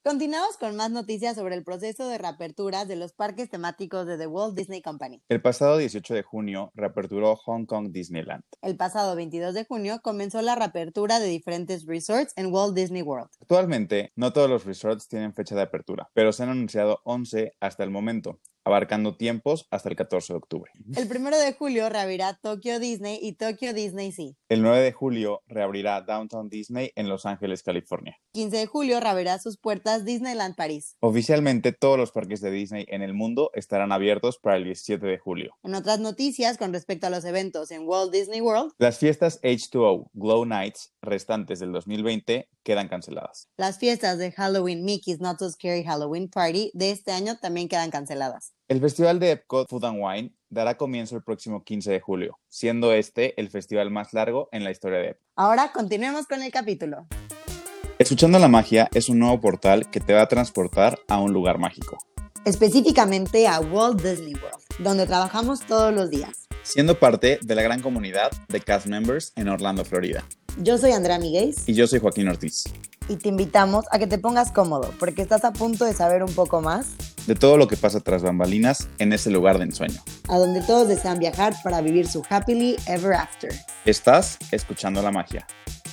Continuamos con más noticias sobre el proceso de reaperturas de los parques temáticos de The Walt Disney Company. El pasado 18 de junio reaperturó Hong Kong Disneyland. El pasado 22 de junio comenzó la reapertura de diferentes resorts en Walt Disney World. Actualmente, no todos los resorts tienen fecha de apertura, pero se han anunciado 11 hasta el momento, abarcando tiempos hasta el 14 de octubre. El 1 de julio reabrirá Tokyo Disney y Tokyo Disney Sea. El 9 de julio reabrirá Downtown Disney en Los Ángeles, California. 15 de julio reabrirá sus puertas Disneyland París. Oficialmente, todos los parques de Disney en el mundo estarán abiertos para el 17 de julio. En otras noticias con respecto a los eventos en Walt Disney World, las fiestas H2O Glow Nights restantes del 2020 quedan canceladas. Las fiestas de Halloween Mickey's Not So Scary Halloween Party de este año también quedan canceladas. El Festival de Epcot Food and Wine dará comienzo el próximo 15 de julio, siendo este el festival más largo en la historia de Epcot. Ahora continuemos con el capítulo. Escuchando la Magia es un nuevo portal que te va a transportar a un lugar mágico. Específicamente a Walt Disney World, donde trabajamos todos los días. Siendo parte de la gran comunidad de cast members en Orlando, Florida. Yo soy Andrea Miguez. Y yo soy Joaquín Ortiz. Y te invitamos a que te pongas cómodo, porque estás a punto de saber un poco más de todo lo que pasa tras bambalinas en ese lugar de ensueño. A donde todos desean viajar para vivir su happily ever after. Estás escuchando la magia.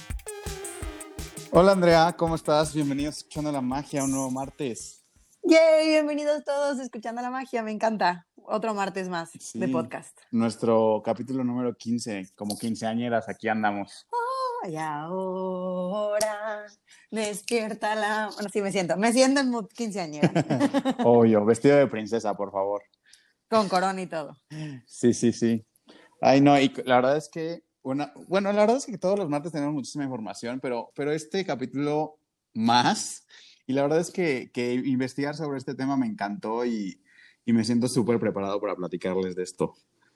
Hola Andrea, ¿cómo estás? Bienvenidos a Escuchando la Magia, un nuevo martes. ¡Yay! Bienvenidos todos a Escuchando la Magia, me encanta. Otro martes más de podcast. Nuestro capítulo número 15, como quinceañeras, aquí andamos. Oh, y ahora despierta la... Bueno, sí, me siento en mood quinceañera. Obvio, vestido de princesa, por favor. Con corona y todo. Sí. Ay, no, y la verdad es que... Bueno, la verdad es que todos los martes tenemos muchísima información, pero este capítulo más... Y la verdad es que investigar sobre este tema me encantó y me siento súper preparado para platicarles de esto.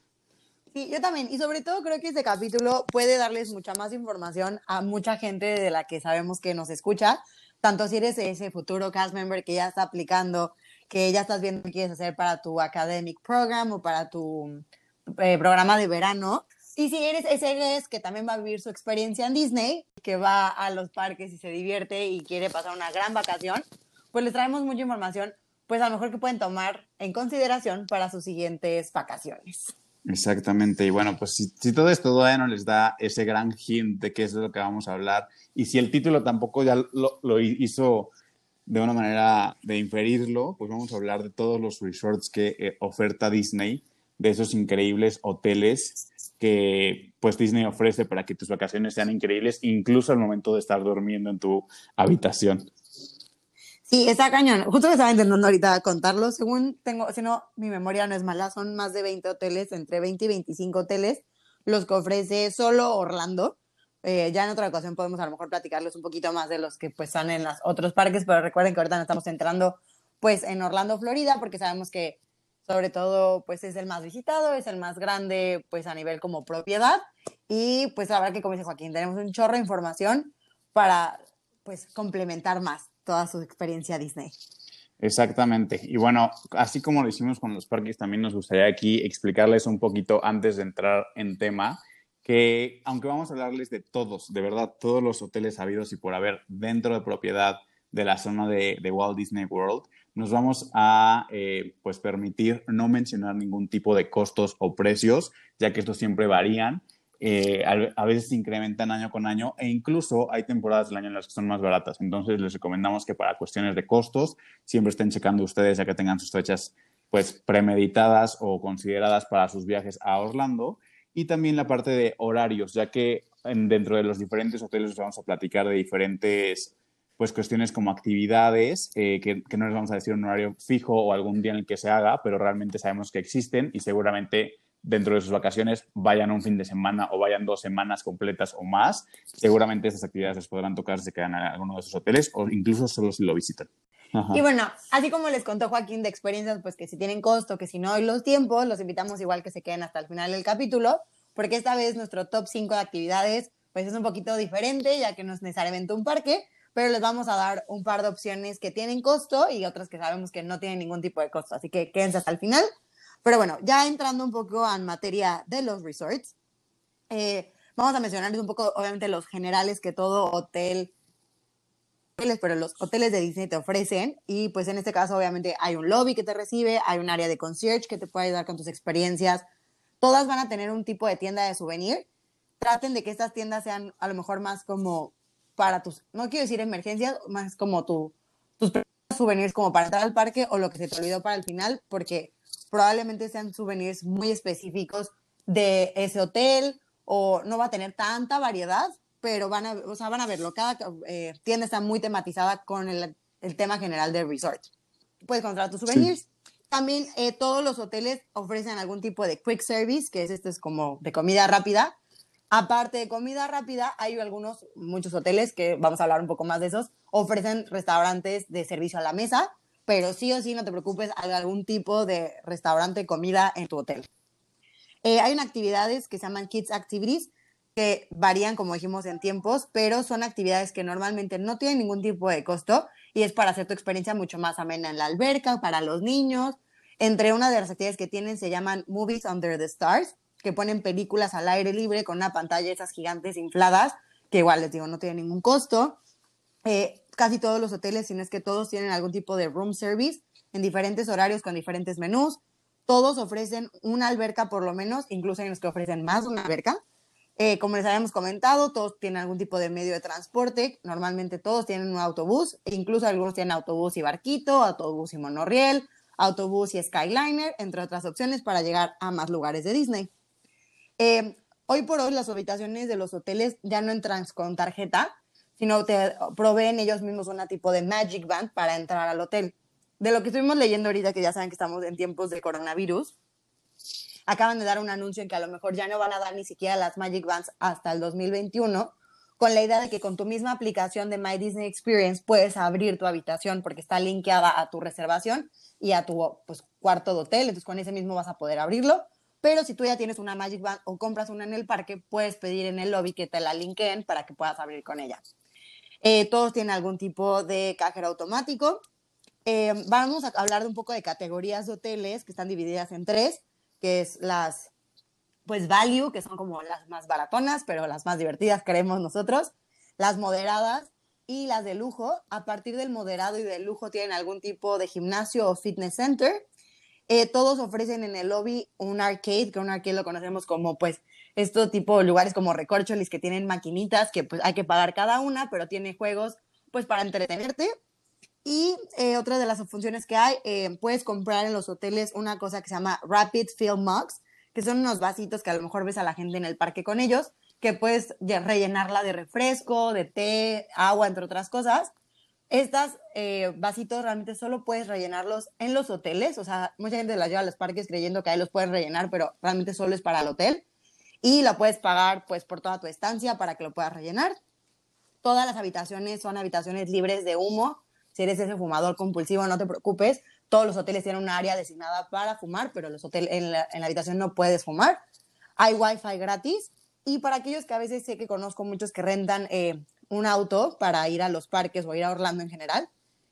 Sí, yo también. Y sobre todo creo que este capítulo puede darles mucha más información a mucha gente de la que sabemos que nos escucha. Tanto si eres ese futuro cast member que ya está aplicando, que ya estás viendo qué quieres hacer para tu academic program o para tu programa de verano. Y si eres ese guest que también va a vivir su experiencia en Disney, que va a los parques y se divierte y quiere pasar una gran vacación, pues les traemos mucha información, pues a lo mejor que pueden tomar en consideración para sus siguientes vacaciones. Exactamente, y bueno, pues si todo esto todavía no les da ese gran hint de qué es de lo que vamos a hablar, y si el título tampoco ya lo hizo de una manera de inferirlo, pues vamos a hablar de todos los resorts que oferta Disney, de esos increíbles hoteles que pues Disney ofrece para que tus vacaciones sean increíbles, incluso al momento de estar durmiendo en tu habitación. Sí, está cañón. Justo me estaba intentando ahorita contarlo. Según tengo, si no, mi memoria no es mala, son más de 20 hoteles, entre 20 y 25 hoteles, los que ofrece solo Orlando. Ya en otra ocasión podemos a lo mejor platicarles un poquito más de los que pues están en los otros parques, pero recuerden que ahorita nos estamos centrando pues en Orlando, Florida, porque sabemos que sobre todo pues es el más visitado, es el más grande pues a nivel como propiedad. Y pues la verdad que como dice Joaquín, tenemos un chorro de información para pues complementar más toda su experiencia Disney. Exactamente. Y bueno, así como lo hicimos con los parques, también nos gustaría aquí explicarles un poquito antes de entrar en tema, que aunque vamos a hablarles de todos, de verdad, todos los hoteles habidos y por haber dentro de propiedad de la zona de Walt Disney World, nos vamos a pues permitir no mencionar ningún tipo de costos o precios, ya que estos siempre varían. A veces se incrementan año con año e incluso hay temporadas del año en las que son más baratas. Entonces les recomendamos que para cuestiones de costos siempre estén checando ustedes ya que tengan sus fechas pues premeditadas o consideradas para sus viajes a Orlando. Y también la parte de horarios, ya que dentro de los diferentes hoteles vamos a platicar de diferentes pues cuestiones como actividades que no les vamos a decir un horario fijo o algún día en el que se haga, pero realmente sabemos que existen y seguramente dentro de sus vacaciones vayan un fin de semana o vayan 2 semanas completas o más, seguramente esas actividades les podrán tocar si se quedan en alguno de esos hoteles o incluso solo si lo visitan. Ajá. Y bueno, así como les contó Joaquín de experiencias, pues que si tienen costo, que si no hay los tiempos, los invitamos igual que se queden hasta el final del capítulo, porque esta vez nuestro top 5 de actividades pues es un poquito diferente, ya que no es necesariamente un parque, pero les vamos a dar un par de opciones que tienen costo y otras que sabemos que no tienen ningún tipo de costo, así que quédense hasta el final. Pero bueno, ya entrando un poco en materia de los resorts, vamos a mencionarles un poco, obviamente, los generales que todo hotel pero los hoteles de Disney te ofrecen, y pues en este caso obviamente hay un lobby que te recibe, hay un área de concierge que te puede ayudar con tus experiencias, todas van a tener un tipo de tienda de souvenir. Traten de que estas tiendas sean a lo mejor más como para tus, no quiero decir emergencias, más como tus souvenirs como para entrar al parque o lo que se te olvidó para el final, porque probablemente sean souvenirs muy específicos de ese hotel o no va a tener tanta variedad, pero van a verlo. Cada tienda está muy tematizada con el tema general del resort. Puedes encontrar tus souvenirs. Sí. También todos los hoteles ofrecen algún tipo de quick service, que es como de comida rápida. Aparte de comida rápida, hay muchos hoteles, que vamos a hablar un poco más de esos, ofrecen restaurantes de servicio a la mesa, pero sí o sí, no te preocupes, hay algún tipo de restaurante, comida en tu hotel. Hay unas actividades que se llaman Kids Activities, que varían, como dijimos, en tiempos, pero son actividades que normalmente no tienen ningún tipo de costo y es para hacer tu experiencia mucho más amena en la alberca, para los niños. Entre una de las actividades que tienen se llaman Movies Under the Stars, que ponen películas al aire libre con una pantalla de esas gigantes infladas, que igual les digo, no tienen ningún costo. Casi todos los hoteles, si no es que todos, tienen algún tipo de room service en diferentes horarios con diferentes menús. Todos ofrecen una alberca por lo menos, incluso hay unos que ofrecen más de una alberca. Como les habíamos comentado, todos tienen algún tipo de medio de transporte. Normalmente todos tienen un autobús, e incluso algunos tienen autobús y barquito, autobús y monorriel, autobús y Skyliner, entre otras opciones para llegar a más lugares de Disney. Hoy por hoy las habitaciones de los hoteles ya no entran con tarjeta, sino te proveen ellos mismos un tipo de Magic Band para entrar al hotel. De lo que estuvimos leyendo ahorita, que ya saben que estamos en tiempos de coronavirus, acaban de dar un anuncio en que a lo mejor ya no van a dar ni siquiera las Magic Bands hasta el 2021, con la idea de que con tu misma aplicación de My Disney Experience puedes abrir tu habitación porque está linkeada a tu reservación y a tu cuarto de hotel, entonces con ese mismo vas a poder abrirlo. Pero si tú ya tienes una Magic Band o compras una en el parque, puedes pedir en el lobby que te la linkeen para que puedas abrir con ella. Todos tienen algún tipo de cajero automático. Vamos a hablar de un poco de categorías de hoteles que están divididas en 3, que es las value, que son como las más baratonas, pero las más divertidas, creemos nosotros, las moderadas y las de lujo. A partir del moderado y del lujo tienen algún tipo de gimnasio o fitness center. Todos ofrecen en el lobby un arcade, que un arcade lo conocemos como estos tipo de lugares como recorcholis que tienen maquinitas que hay que pagar cada una, pero tiene juegos para entretenerte. Y otra de las funciones que hay, puedes comprar en los hoteles una cosa que se llama Rapid Fill Mugs, que son unos vasitos que a lo mejor ves a la gente en el parque con ellos, que puedes rellenarla de refresco, de té, agua, entre otras cosas. Estas vasitos realmente solo puedes rellenarlos en los hoteles, o sea, mucha gente las lleva a los parques creyendo que ahí los pueden rellenar, pero realmente solo es para el hotel, y la puedes pagar por toda tu estancia para que lo puedas rellenar. Todas las habitaciones son habitaciones libres de humo. Si eres ese fumador compulsivo, no te preocupes. Todos los hoteles tienen un área designada para fumar, pero en la habitación no puedes fumar. Hay wifi gratis. Y para aquellos que a veces sé que conozco muchos que rentan un auto para ir a los parques o ir a Orlando en general,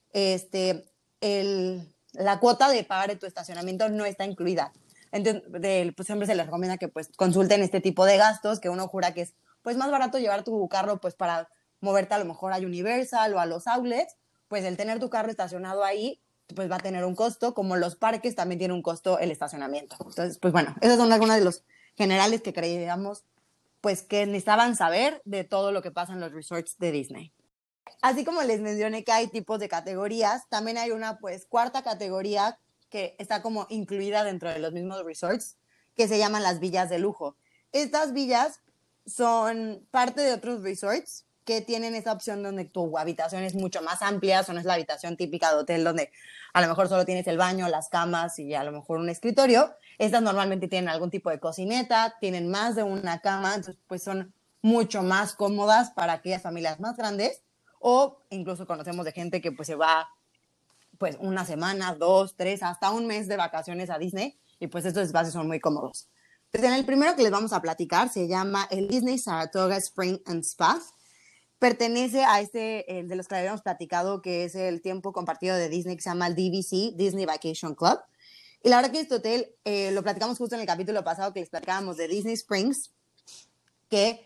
la cuota de pagar de tu estacionamiento no está incluida. Entonces, siempre se les recomienda que consulten este tipo de gastos, que uno jura que es más barato llevar tu carro para moverte a lo mejor a Universal o a los outlets, el tener tu carro estacionado ahí, va a tener un costo, como los parques también tiene un costo el estacionamiento. Entonces, bueno, esos son algunos de los generales que creíamos, que necesitaban saber de todo lo que pasa en los resorts de Disney. Así como les mencioné que hay tipos de categorías, también hay una, cuarta categoría que está como incluida dentro de los mismos resorts, que se llaman las villas de lujo. Estas villas son parte de otros resorts que tienen esa opción donde tu habitación es mucho más amplia, no es la habitación típica de hotel donde a lo mejor solo tienes el baño, las camas y a lo mejor un escritorio. Estas normalmente tienen algún tipo de cocineta, tienen más de una cama, entonces son mucho más cómodas para aquellas familias más grandes, o incluso conocemos de gente que se va una semana, 2, 3, hasta un mes de vacaciones a Disney, y estos espacios son muy cómodos. Entonces, el primero que les vamos a platicar se llama el Disney Saratoga Spring and Spa. Pertenece a el de los que habíamos platicado, que es el tiempo compartido de Disney, que se llama el DVC, Disney Vacation Club. Y la verdad que este hotel, lo platicamos justo en el capítulo pasado que les platicábamos de Disney Springs, que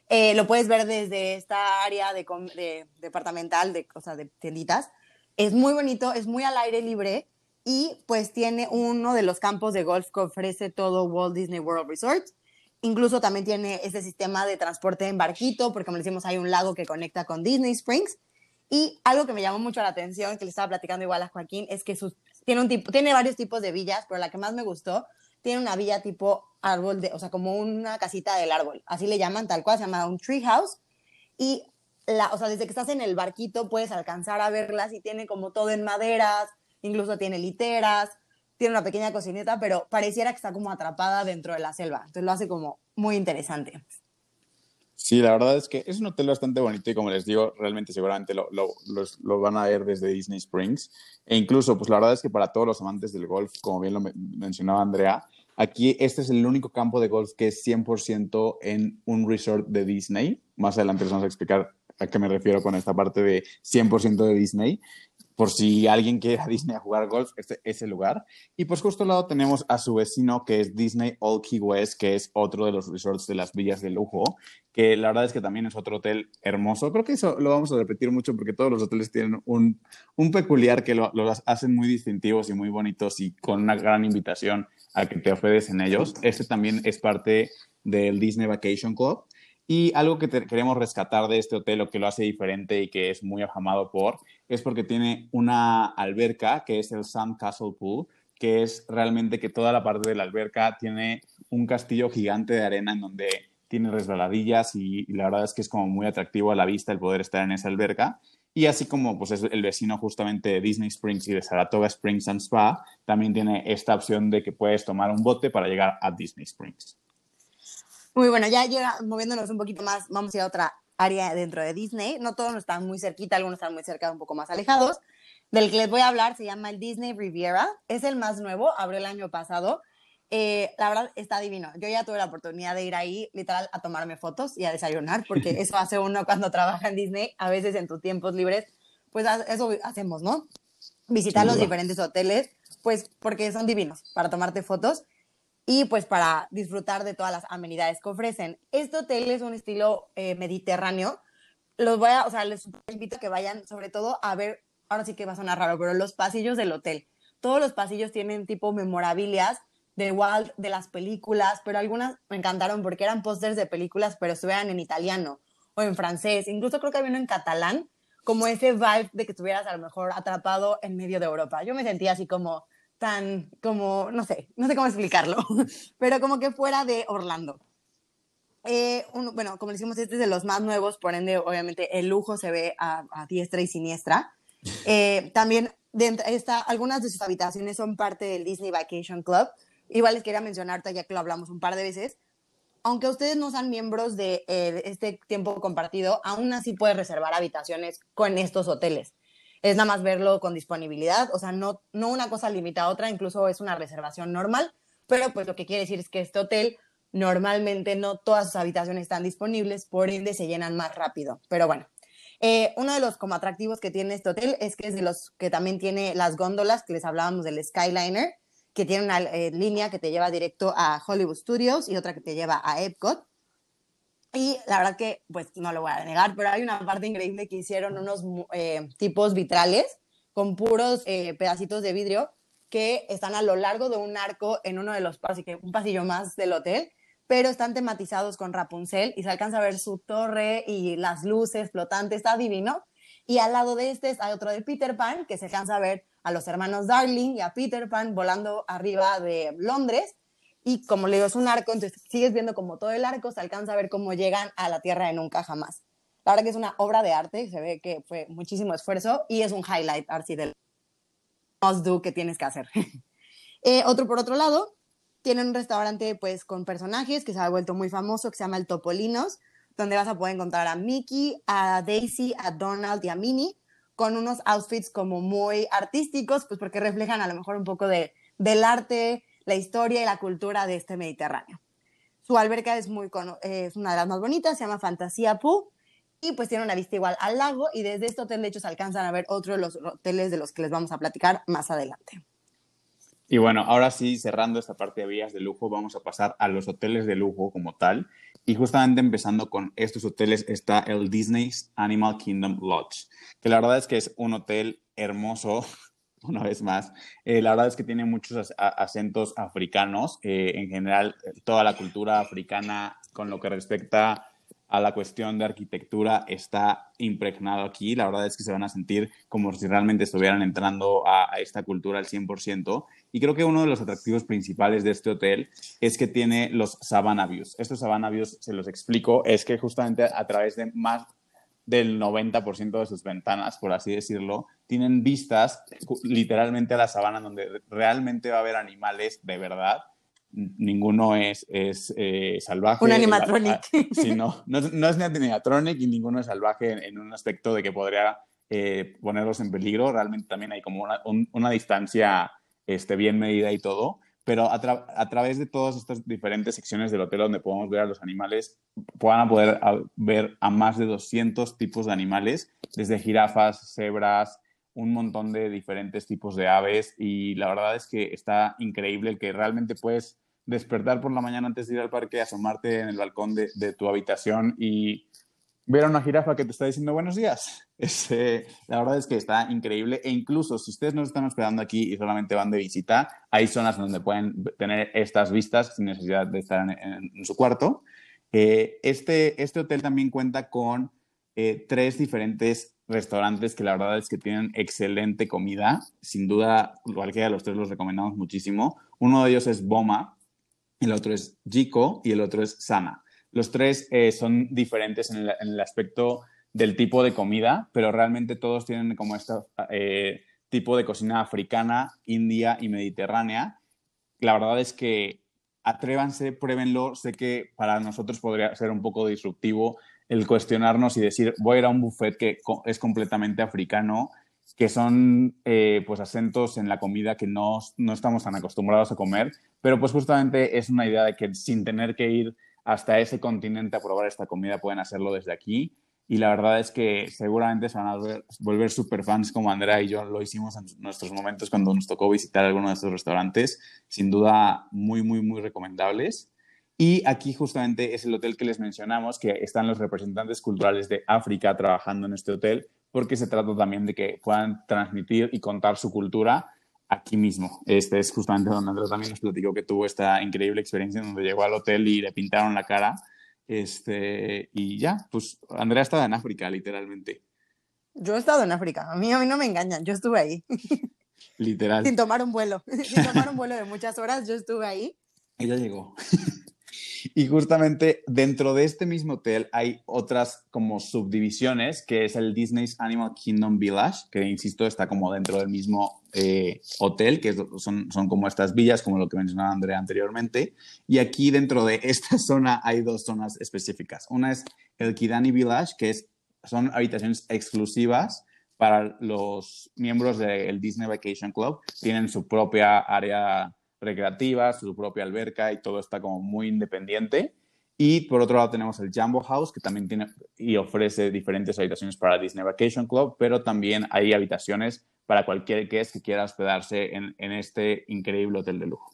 Lo puedes ver desde esta área de departamental, o sea, de tienditas. Es muy bonito, es muy al aire libre y pues tiene uno de los campos de golf que ofrece todo Walt Disney World Resort. Incluso también tiene ese sistema de transporte en barquito, porque como le decimos, hay un lago que conecta con Disney Springs. Y algo que me llamó mucho la atención, que le estaba platicando igual a Joaquín, es que tiene varios tipos de villas, pero la que más me gustó, tiene una villa tipo árbol, o sea, como una casita del árbol. Así le llaman, tal cual, se llama un tree house. Y, o sea, desde que estás en el barquito puedes alcanzar a verlas y tiene como todo en maderas, incluso tiene literas, tiene una pequeña cocineta, pero pareciera que está como atrapada dentro de la selva. Entonces lo hace como muy interesante. Sí, la verdad es que es un hotel bastante bonito y como les digo, realmente seguramente lo van a ver desde Disney Springs. E incluso, pues la verdad es que para todos los amantes del golf, como bien lo mencionaba Andrea, aquí este es el único campo de golf que es 100% en un resort de Disney. Más adelante les vamos a explicar a qué me refiero con esta parte de 100% de Disney, por si alguien quiere ir a Disney a jugar golf, este es el lugar. Y pues justo al lado tenemos a su vecino, que es Disney All Key West, que es otro de los resorts de las villas de lujo, que la verdad es que también es otro hotel hermoso. Creo que eso lo vamos a repetir mucho porque todos los hoteles tienen un peculiar que los hacen muy distintivos y muy bonitos y con una gran invitación a que te hospedes en ellos. Este también es parte del Disney Vacation Club. Y algo que queremos rescatar de este hotel, o que lo hace diferente y que es muy afamado es porque tiene una alberca que es el Sand Castle Pool, que es realmente que toda la parte de la alberca tiene un castillo gigante de arena en donde tiene resbaladillas y la verdad es que es como muy atractivo a la vista el poder estar en esa alberca. Y así como pues, es el vecino justamente de Disney Springs y de Saratoga Springs and Spa, también tiene esta opción de que puedes tomar un bote para llegar a Disney Springs. Muy bueno, ya moviéndonos un poquito más, vamos a ir a otra área dentro de Disney. No todos están muy cerquita, algunos están muy cerca, un poco más alejados. Del que les voy a hablar se llama el Disney Riviera. Es el más nuevo, abrió el año pasado. La verdad está divino. Yo ya tuve la oportunidad de ir ahí, literal, a tomarme fotos y a desayunar, porque eso hace uno cuando trabaja en Disney, a veces en tus tiempos libres, pues eso hacemos, ¿no? Visitar Sin los duda. diferentes hoteles, pues porque son divinos para tomarte fotos y pues para disfrutar de todas las amenidades que ofrecen. Este hotel es un estilo mediterráneo. O sea, les invito a que vayan sobre todo a ver, ahora sí que va a sonar raro, pero los pasillos del hotel. Todos los pasillos tienen tipo memorabilias de Walt, de las películas, pero algunas me encantaron porque eran pósters de películas, pero estuvieran en italiano o en francés. Incluso creo que había uno en catalán, como ese vibe de que estuvieras a lo mejor atrapado en medio de Europa. Yo me sentía así como como, no sé cómo explicarlo, pero como que fuera de Orlando. Bueno, como decimos, este es de los más nuevos, por ende, obviamente, el lujo se ve a diestra y siniestra. También, algunas de sus habitaciones son parte del Disney Vacation Club. Igual les quería mencionarte, ya que lo hablamos un par de veces, aunque ustedes no sean miembros de este tiempo compartido, aún así puedes reservar habitaciones con estos hoteles. Es nada más verlo con disponibilidad, o sea, no una cosa limita a otra, incluso es una reservación normal, pero pues lo que quiere decir es que este hotel normalmente no todas sus habitaciones están disponibles, por ende se llenan más rápido. Pero bueno, uno de los como atractivos que tiene este hotel es que es de los que también tiene las góndolas que les hablábamos del Skyliner, que tiene una línea que te lleva directo a Hollywood Studios y otra que te lleva a Epcot. Y la verdad que, pues no lo voy a negar, pero hay una parte increíble que hicieron unos tipos vitrales con puros pedacitos de vidrio que están a lo largo de un arco en uno de los pasillos, que un pasillo más del hotel, pero están tematizados con Rapunzel y se alcanza a ver su torre y las luces flotantes, está divino. Y al lado de este hay otro de Peter Pan, que se alcanza a ver a los hermanos Darling y a Peter Pan volando arriba de Londres. Y como le digo, es un arco, entonces sigues viendo como todo el arco, se alcanza a ver cómo llegan a la Tierra de Nunca Jamás. La verdad que es una obra de arte, se ve que fue muchísimo esfuerzo y es un highlight así del must do que tienes que hacer. Otro por otro lado, tienen un restaurante pues con personajes que se ha vuelto muy famoso, que se llama el Topolinos, donde vas a poder encontrar a Mickey, a Daisy, a Donald y a Minnie, con unos outfits como muy artísticos, pues porque reflejan a lo mejor un poco del arte, la historia y la cultura de este Mediterráneo. Su alberca es una de las más bonitas, se llama Fantasía Pool, y pues tiene una vista igual al lago, y desde este hotel de hecho se alcanzan a ver otro de los hoteles de los que les vamos a platicar más adelante. Y bueno, ahora sí, cerrando esta parte de vías de lujo, vamos a pasar a los hoteles de lujo como tal. Y justamente empezando con estos hoteles está el Disney's Animal Kingdom Lodge, que la verdad es que es un hotel hermoso, una vez más. La verdad es que tiene muchos acentos africanos. En general, toda la cultura africana con lo que respecta a la cuestión de arquitectura está impregnado aquí. La verdad es que se van a sentir como si realmente estuvieran entrando a esta cultura al 100%. Y creo que uno de los atractivos principales de este hotel es que tiene los Savannah Views. Estos Savannah Views, se los explico, es que justamente a través de más del 90% de sus ventanas, por así decirlo, tienen vistas literalmente a la sabana donde realmente va a haber animales de verdad. Ninguno es Un salvaje, animatronic. sí, no es ni animatronic y ninguno es salvaje en un aspecto de que podría ponerlos en peligro. Realmente también hay como una distancia bien medida y todo, pero a través de todas estas diferentes secciones del hotel donde podemos ver a los animales, puedan poder ver a más de 200 tipos de animales, desde jirafas, cebras, un montón de diferentes tipos de aves, y la verdad es que está increíble el que realmente puedes despertar por la mañana antes de ir al parque, asomarte en el balcón de tu habitación y ver a una jirafa que te está diciendo buenos días. La verdad es que está increíble, e incluso si ustedes no están hospedando aquí y solamente van de visita, hay zonas donde pueden tener estas vistas sin necesidad de estar en su cuarto. Este hotel también cuenta con 3 diferentes restaurantes que la verdad es que tienen excelente comida. Sin duda, cualquiera de los 3 los recomendamos muchísimo. Uno de ellos es Boma, el otro es Jiko y el otro es Sana. Los 3 son diferentes en el aspecto del tipo de comida, pero realmente todos tienen como este tipo de cocina africana, india y mediterránea. La verdad es que atrévanse, pruébenlo. Sé que para nosotros podría ser un poco disruptivo el cuestionarnos y decir, voy a ir a un buffet que es completamente africano, que son pues acentos en la comida que no estamos tan acostumbrados a comer, pero pues justamente es una idea de que sin tener que ir hasta ese continente a probar esta comida pueden hacerlo desde aquí, y la verdad es que seguramente se van a volver super fans como Andrea y yo lo hicimos en nuestros momentos cuando nos tocó visitar alguno de estos restaurantes. Sin duda muy, muy, muy recomendables. Y aquí justamente es el hotel que les mencionamos, que están los representantes culturales de África trabajando en este hotel, porque se trata también de que puedan transmitir y contar su cultura aquí mismo. Este es justamente donde Andrea también nos platicó que tuvo esta increíble experiencia en donde llegó al hotel y le pintaron la cara. Y ya, pues Andrea estaba en África, literalmente. Yo he estado en África, a mí no me engañan, yo estuve ahí. Literal. Sin tomar un vuelo, sin tomar un vuelo de muchas horas, yo estuve ahí. Ella llegó. Y justamente dentro de este mismo hotel hay otras como subdivisiones, que es el Disney's Animal Kingdom Village, que insisto está como dentro del mismo hotel, que son como estas villas, como lo que mencionaba Andrea anteriormente. Y aquí dentro de esta zona hay 2 zonas específicas. Una es el Kidani Village, son habitaciones exclusivas para los miembros del Disney Vacation Club. Tienen su propia área recreativa, su propia alberca, y todo está como muy independiente. Y por otro lado tenemos el Jambo House, que también tiene y ofrece diferentes habitaciones para Disney Vacation Club, pero también hay habitaciones para cualquier guest que quiera hospedarse en este increíble hotel de lujo.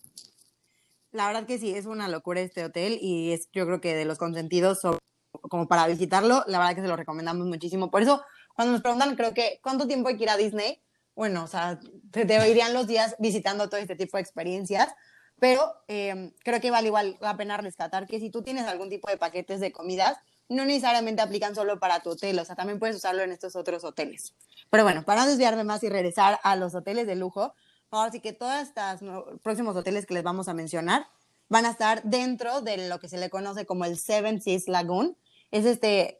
La verdad que sí, es una locura este hotel y es, yo creo que de los consentidos como para visitarlo, la verdad que se lo recomendamos muchísimo. Por eso, cuando nos preguntan, creo que, ¿cuánto tiempo hay que ir a Disney? Bueno, o sea, te irían los días visitando todo este tipo de experiencias, pero creo que vale igual la pena rescatar que si tú tienes algún tipo de paquetes de comidas, no necesariamente aplican solo para tu hotel, o sea, también puedes usarlo en estos otros hoteles. Pero bueno, para no desviarme más y regresar a los hoteles de lujo, ahora sí que todos estos próximos hoteles que les vamos a mencionar van a estar dentro de lo que se le conoce como el Seven Seas Lagoon. Es este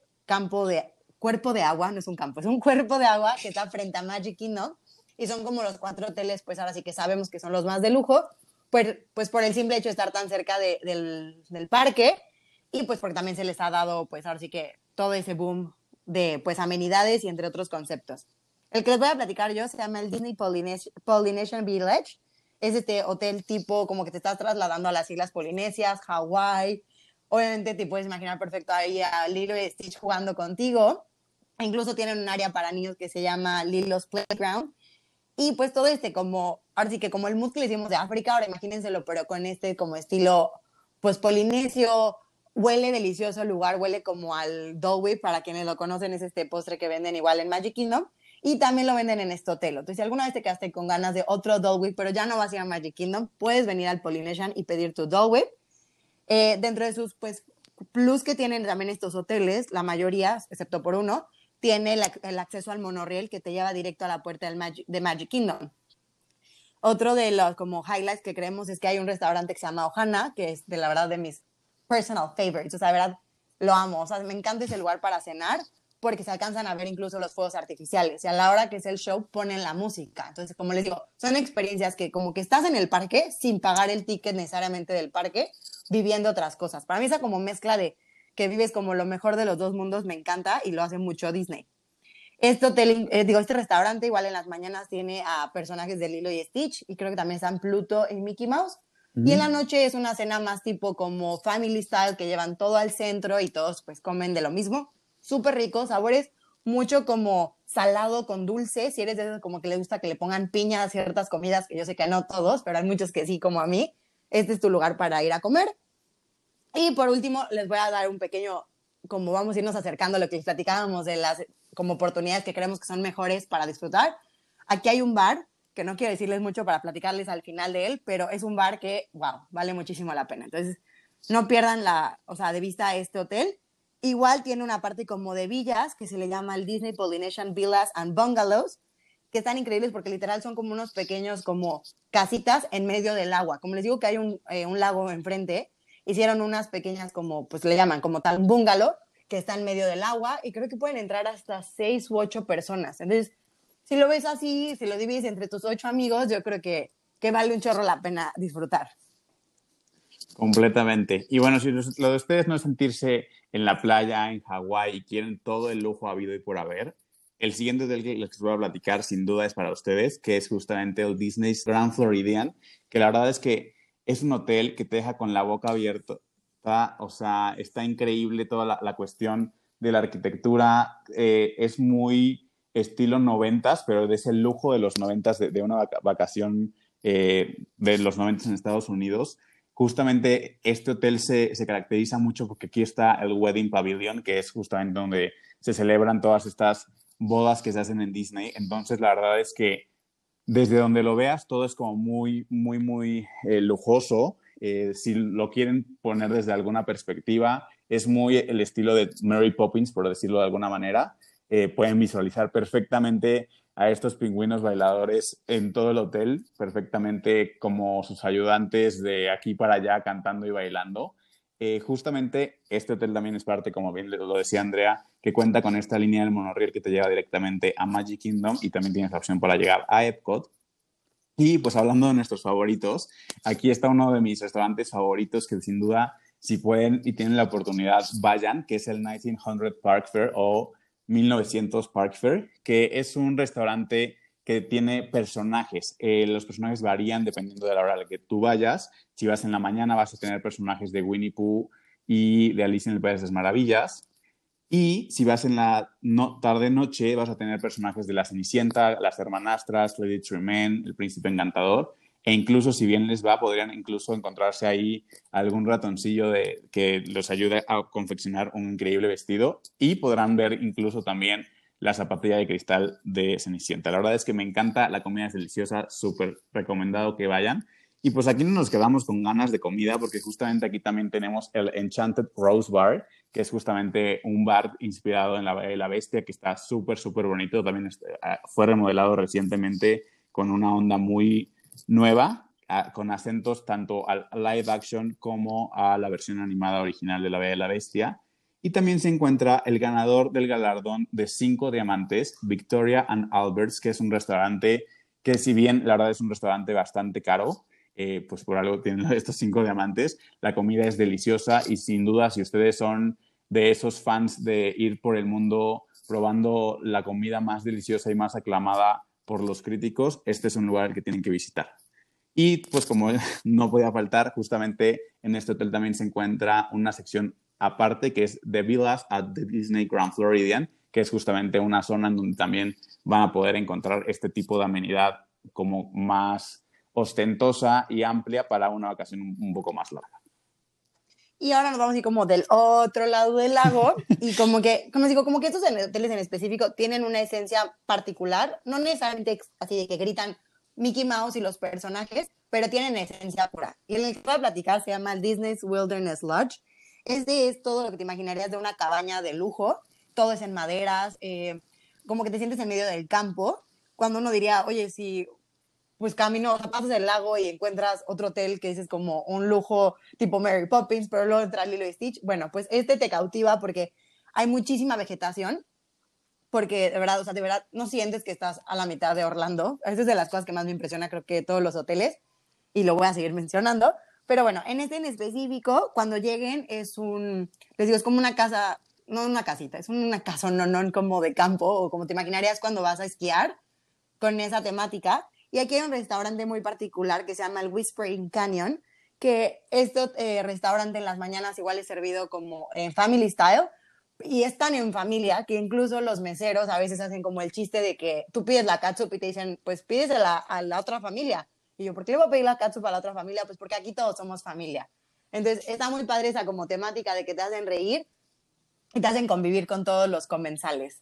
cuerpo de agua, no es un campo, es un cuerpo de agua que está frente a Magic Kingdom, y son como los 4 hoteles, pues ahora sí que sabemos que son los más de lujo, pues por el simple hecho de estar tan cerca del parque, y pues porque también se les ha dado, pues ahora sí que todo ese boom de pues amenidades y entre otros conceptos. El que les voy a platicar yo se llama el Disney Polynesian Village. Es este hotel tipo como que te estás trasladando a las Islas Polinesias, Hawái. Obviamente te puedes imaginar perfecto ahí a Lilo y Stitch jugando contigo. E incluso tienen un área para niños que se llama Lilo's Playground. Y pues todo como, ahora sí que como el mood que le hicimos de África, ahora imagínenselo, pero con como estilo, pues polinesio, huele delicioso el lugar, huele como al Dole Whip, para quienes lo conocen, es este postre que venden igual en Magic Kingdom, y también lo venden en este hotel. Entonces, si alguna vez te quedaste con ganas de otro Dole Whip, pero ya no vas a ir a Magic Kingdom, puedes venir al Polynesian y pedir tu Dole Whip. Dentro de sus, pues, plus que tienen también estos hoteles, la mayoría, excepto por uno, tiene el acceso al monorriel que te lleva directo a la puerta de Magic Kingdom. Otro de los como highlights que creemos es que hay un restaurante que se llama Ohana, que es de la verdad de mis personal favorites. O sea, de verdad, lo amo. O sea, me encanta ese lugar para cenar porque se alcanzan a ver incluso los fuegos artificiales. Y a la hora que es el show, ponen la música. Entonces, como les digo, son experiencias que como que estás en el parque sin pagar el ticket necesariamente del parque, viviendo otras cosas. Para mí esa como mezcla de que vives como lo mejor de los dos mundos me encanta y lo hace mucho Disney. Este hotel, este restaurante igual en las mañanas tiene a personajes de Lilo y Stitch y creo que también están Pluto y Mickey Mouse. Y en la noche es una cena más tipo como family style que llevan todo al centro y todos pues comen de lo mismo. Súper rico, sabores mucho como salado con dulce. Si eres de esos como que le gusta que le pongan piña a ciertas comidas, que yo sé que no todos, pero hay muchos que sí, como a mí, este es tu lugar para ir a comer. Y por último, les voy a dar un pequeño, como vamos a irnos acercando a lo que les platicábamos de las como oportunidades que creemos que son mejores para disfrutar. Aquí hay un bar, que no quiero decirles mucho para platicarles al final de él, pero es un bar que, wow, vale muchísimo la pena. Entonces, no pierdan de vista este hotel. Igual tiene una parte como de villas, que se le llama el Disney Polynesian Villas and Bungalows, que están increíbles porque literal son como unos pequeños como casitas en medio del agua. Como les digo que hay un lago enfrente, hicieron unas pequeñas como, pues le llaman como tal, bungalow, que está en medio del agua y creo que pueden entrar hasta 6 u 8 personas. Entonces, si lo ves así, si lo divides entre tus 8 amigos, yo creo que vale un chorro la pena disfrutar. Completamente. Y bueno, si lo de ustedes no es sentirse en la playa, en Hawái, y quieren todo el lujo habido y por haber, el siguiente hotel que les voy a platicar sin duda es para ustedes, que es justamente el Disney's Grand Floridian, que la verdad es que es un hotel que te deja con la boca abierta. O sea, está increíble toda la cuestión de la arquitectura. Es muy estilo noventas, pero de ese lujo de los noventas, de una vacación de los noventas en Estados Unidos. Justamente este hotel se caracteriza mucho porque aquí está el Wedding Pavilion, que es justamente donde se celebran todas estas bodas que se hacen en Disney. Entonces, la verdad es que desde donde lo veas, todo es como muy, muy, muy lujoso. Si lo quieren poner desde alguna perspectiva, es muy el estilo de Mary Poppins, por decirlo de alguna manera. Pueden visualizar perfectamente a estos pingüinos bailadores en todo el hotel, perfectamente como sus ayudantes de aquí para allá cantando y bailando. Justamente este hotel también es parte, como bien lo decía Andrea, que cuenta con esta línea del monorriel que te lleva directamente a Magic Kingdom y también tienes la opción para llegar a Epcot. Y pues hablando de nuestros favoritos, aquí está uno de mis restaurantes favoritos que sin duda, si pueden y tienen la oportunidad, vayan, que es el 1900 Park Fair o 1900 Park Fair, que es un restaurante que tiene personajes. Los personajes varían dependiendo de la hora a la que tú vayas. Si vas en la mañana vas a tener personajes de Winnie Pooh y de Alicia en el País de las Maravillas. Y si vas en la tarde-noche, vas a tener personajes de La Cenicienta, las hermanastras, Lady Tremaine, el Príncipe Encantador. E incluso, si bien les va, podrían incluso encontrarse ahí algún ratoncillo que los ayude a confeccionar un increíble vestido. Y podrán ver incluso también la zapatilla de cristal de Cenicienta. La verdad es que me encanta, la comida es deliciosa, súper recomendado que vayan. Y pues aquí no nos quedamos con ganas de comida, porque justamente aquí también tenemos el Enchanted Rose Bar, que es justamente un bar inspirado en la Bella y la Bestia, que está súper, súper bonito. También fue remodelado recientemente con una onda muy nueva, con acentos tanto al live action como a la versión animada original de la Bella y la Bestia. Y también se encuentra el ganador del galardón de 5 diamantes, Victoria and Albert's, que es un restaurante que, si bien la verdad es un restaurante bastante caro, pues por algo tienen estos 5 diamantes. La comida es deliciosa y sin duda, si ustedes son de esos fans de ir por el mundo probando la comida más deliciosa y más aclamada por los críticos, este es un lugar que tienen que visitar. Y pues como no podía faltar, justamente en este hotel también se encuentra una sección aparte que es The Villas at the Disney Grand Floridian, que es justamente una zona en donde también van a poder encontrar este tipo de amenidad como más ostentosa y amplia para una vacación un poco más larga. Y ahora nos vamos a ir como del otro lado del lago y como que, como digo, como que estos hoteles en específico tienen una esencia particular, no necesariamente así de que gritan Mickey Mouse y los personajes, pero tienen esencia pura. Y el que voy a platicar se llama el Disney's Wilderness Lodge. Este es todo lo que te imaginarías de una cabaña de lujo, todo es en maderas, como que te sientes en medio del campo, cuando uno diría, oye, si pues camino, o sea, pasas el lago y encuentras otro hotel que dices como un lujo tipo Mary Poppins, pero luego entra Lilo y Stitch. Bueno, pues este te cautiva porque hay muchísima vegetación, porque de verdad, o sea, de verdad no sientes que estás a la mitad de Orlando. Esa es de las cosas que más me impresiona, creo que de todos los hoteles, y lo voy a seguir mencionando. Pero bueno, en este en específico, cuando lleguen, les digo, es como una casa, no una casita, es una casa, no como de campo, o como te imaginarías cuando vas a esquiar, con esa temática. Y aquí hay un restaurante muy particular que se llama el Whispering Canyon, que este restaurante en las mañanas igual es servido como en family style, y es tan en familia que incluso los meseros a veces hacen como el chiste de que tú pides la catsup y te dicen, pues pídesela a la otra familia. Y yo, ¿por qué le voy a pedir la catsup a la otra familia? Pues porque aquí todos somos familia. Entonces está muy padre esa como temática de que te hacen reír y te hacen convivir con todos los comensales.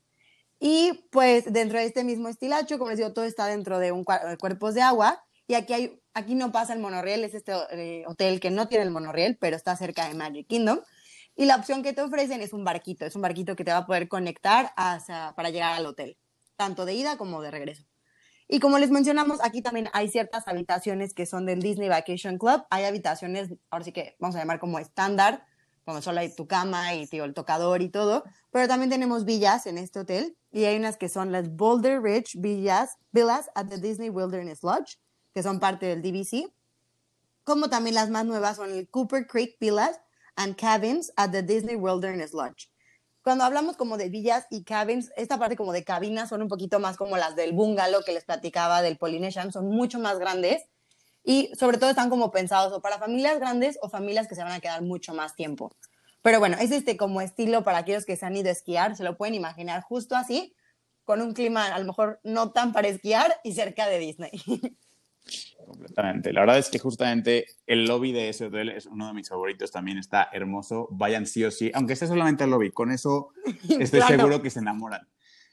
Y pues dentro de este mismo estilacho, como les digo, todo está dentro de cuerpos de agua. Y aquí no pasa el monorriel, es este hotel que no tiene el monorriel, pero está cerca de Magic Kingdom. Y la opción que te ofrecen es un barquito que te va a poder conectar para llegar al hotel, tanto de ida como de regreso. Y como les mencionamos, aquí también hay ciertas habitaciones que son del Disney Vacation Club. Hay habitaciones, ahora sí que vamos a llamar como estándar, como solo hay tu cama y tío, el tocador y todo, pero también tenemos villas en este hotel y hay unas que son las Boulder Ridge Villas at the Disney Wilderness Lodge, que son parte del DVC, como también las más nuevas son el Cooper Creek Villas and Cabins at the Disney Wilderness Lodge. Cuando hablamos como de villas y cabins, esta parte como de cabinas son un poquito más como las del bungalow que les platicaba del Polynesian, son mucho más grandes y sobre todo están como pensados o para familias grandes o familias que se van a quedar mucho más tiempo. Pero bueno, es como estilo para aquellos que se han ido a esquiar, se lo pueden imaginar justo así, con un clima a lo mejor no tan para esquiar y cerca de Disney. Completamente. La verdad es que justamente el lobby de ese hotel es uno de mis favoritos, también está hermoso. Vayan sí o sí, aunque sea solamente el lobby, con eso estoy Claro. seguro que se enamoran.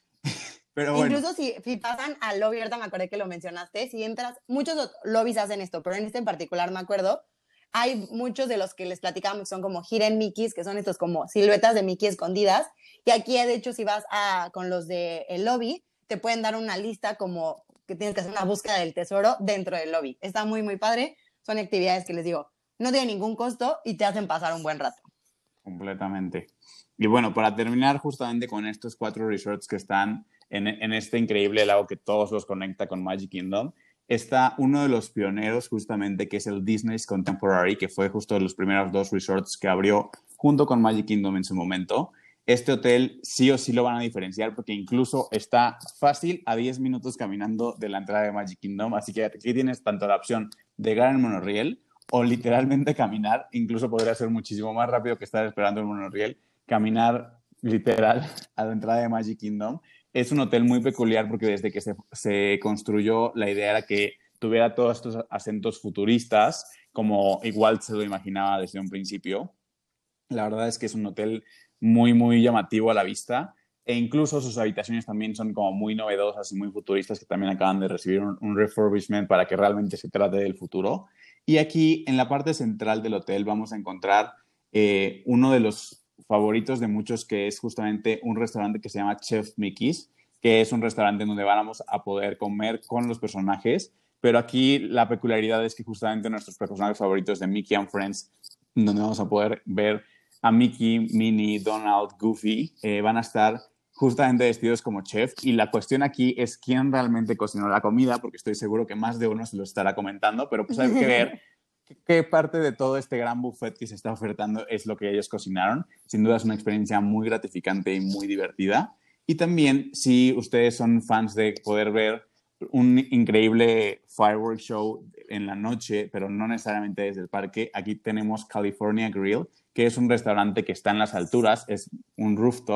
Pero bueno, Incluso si pasan al lobby, ahorita me acordé que lo mencionaste, si entras, muchos lobbies hacen esto, pero en este en particular me acuerdo, hay muchos de los que les platicamos que son como hidden Mickeys, que son estos como siluetas de Mickey escondidas, y aquí de hecho si vas con los del lobby, te pueden dar una lista como que tienes que hacer una búsqueda del tesoro dentro del lobby. Está muy, muy padre, son actividades que les digo, no tienen ningún costo y te hacen pasar un buen rato. completamente. Y bueno, para terminar justamente con estos 4 resorts que están en este increíble lago que todos los conecta con Magic Kingdom, está uno de los pioneros justamente que es el Disney's Contemporary, que fue justo de los primeros 2 resorts que abrió junto con Magic Kingdom en su momento. Este hotel sí o sí lo van a diferenciar porque incluso está fácil a 10 minutos caminando de la entrada de Magic Kingdom, así que aquí tienes tanto la opción de llegar en monorriel o literalmente caminar, incluso podría ser muchísimo más rápido que estar esperando el monorriel, caminar literal a la entrada de Magic Kingdom. Es un hotel muy peculiar porque desde que se construyó la idea era que tuviera todos estos acentos futuristas, como igual se lo imaginaba desde un principio. La verdad es que es un hotel muy, muy llamativo a la vista e incluso sus habitaciones también son como muy novedosas y muy futuristas que también acaban de recibir un refurbishment para que realmente se trate del futuro. Y aquí en la parte central del hotel vamos a encontrar uno de los favoritos de muchos que es justamente un restaurante que se llama Chef Mickey's, que es un restaurante donde vamos a poder comer con los personajes, pero aquí la peculiaridad es que justamente nuestros personajes favoritos de Mickey and Friends, donde vamos a poder ver a Mickey, Minnie, Donald, Goofy, van a estar justamente vestidos como chef y la cuestión aquí es quién realmente cocinó la comida, porque estoy seguro que más de uno se lo estará comentando, pero pues hay que ver qué parte de todo este gran buffet que se está ofertando es lo que ellos cocinaron. Sin duda es una experiencia muy gratificante y muy divertida. Y también si ustedes son fans de poder ver un increíble fireworks show en la noche, pero no necesariamente desde el parque, aquí tenemos California Grill, que es un restaurante que está en las alturas, es un rooftop,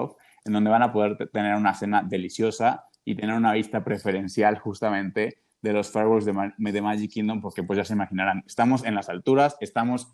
en donde van a poder tener una cena deliciosa y tener una vista preferencial justamente de los fireworks de Magic Kingdom, porque pues ya se imaginarán, estamos en las alturas, estamos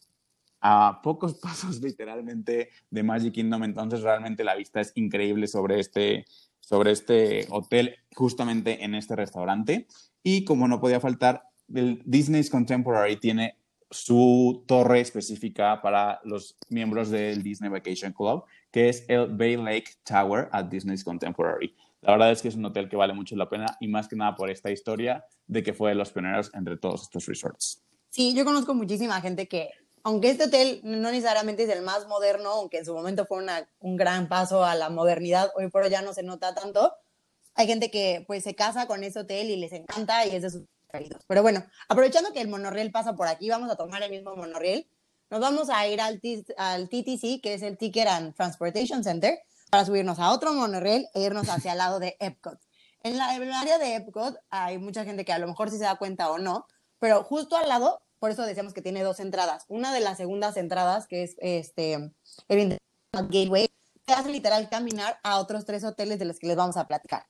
a pocos pasos literalmente de Magic Kingdom, entonces realmente la vista es increíble sobre este hotel, justamente en este restaurante. Y como no podía faltar, el Disney's Contemporary tiene su torre específica para los miembros del Disney Vacation Club, que es el Bay Lake Tower at Disney's Contemporary. La verdad es que es un hotel que vale mucho la pena y más que nada por esta historia de que fue de los pioneros entre todos estos resorts. Sí, yo conozco muchísima gente que, aunque este hotel no necesariamente es el más moderno, aunque en su momento fue un gran paso a la modernidad, hoy por hoy ya no se nota tanto, hay gente que pues se casa con ese hotel y les encanta y es de sus preferidos. Pero bueno, aprovechando que el monorriel pasa por aquí, vamos a tomar el mismo monorriel. Nos vamos a ir al TTC, que es el Ticket and Transportation Center, para subirnos a otro monorriel e irnos hacia el lado de Epcot. En el área de Epcot hay mucha gente que a lo mejor sí se da cuenta o no, pero justo al lado, por eso decíamos que tiene dos entradas. Una de las segundas entradas, que es el Gateway, te hace literal caminar a otros 3 hoteles de los que les vamos a platicar.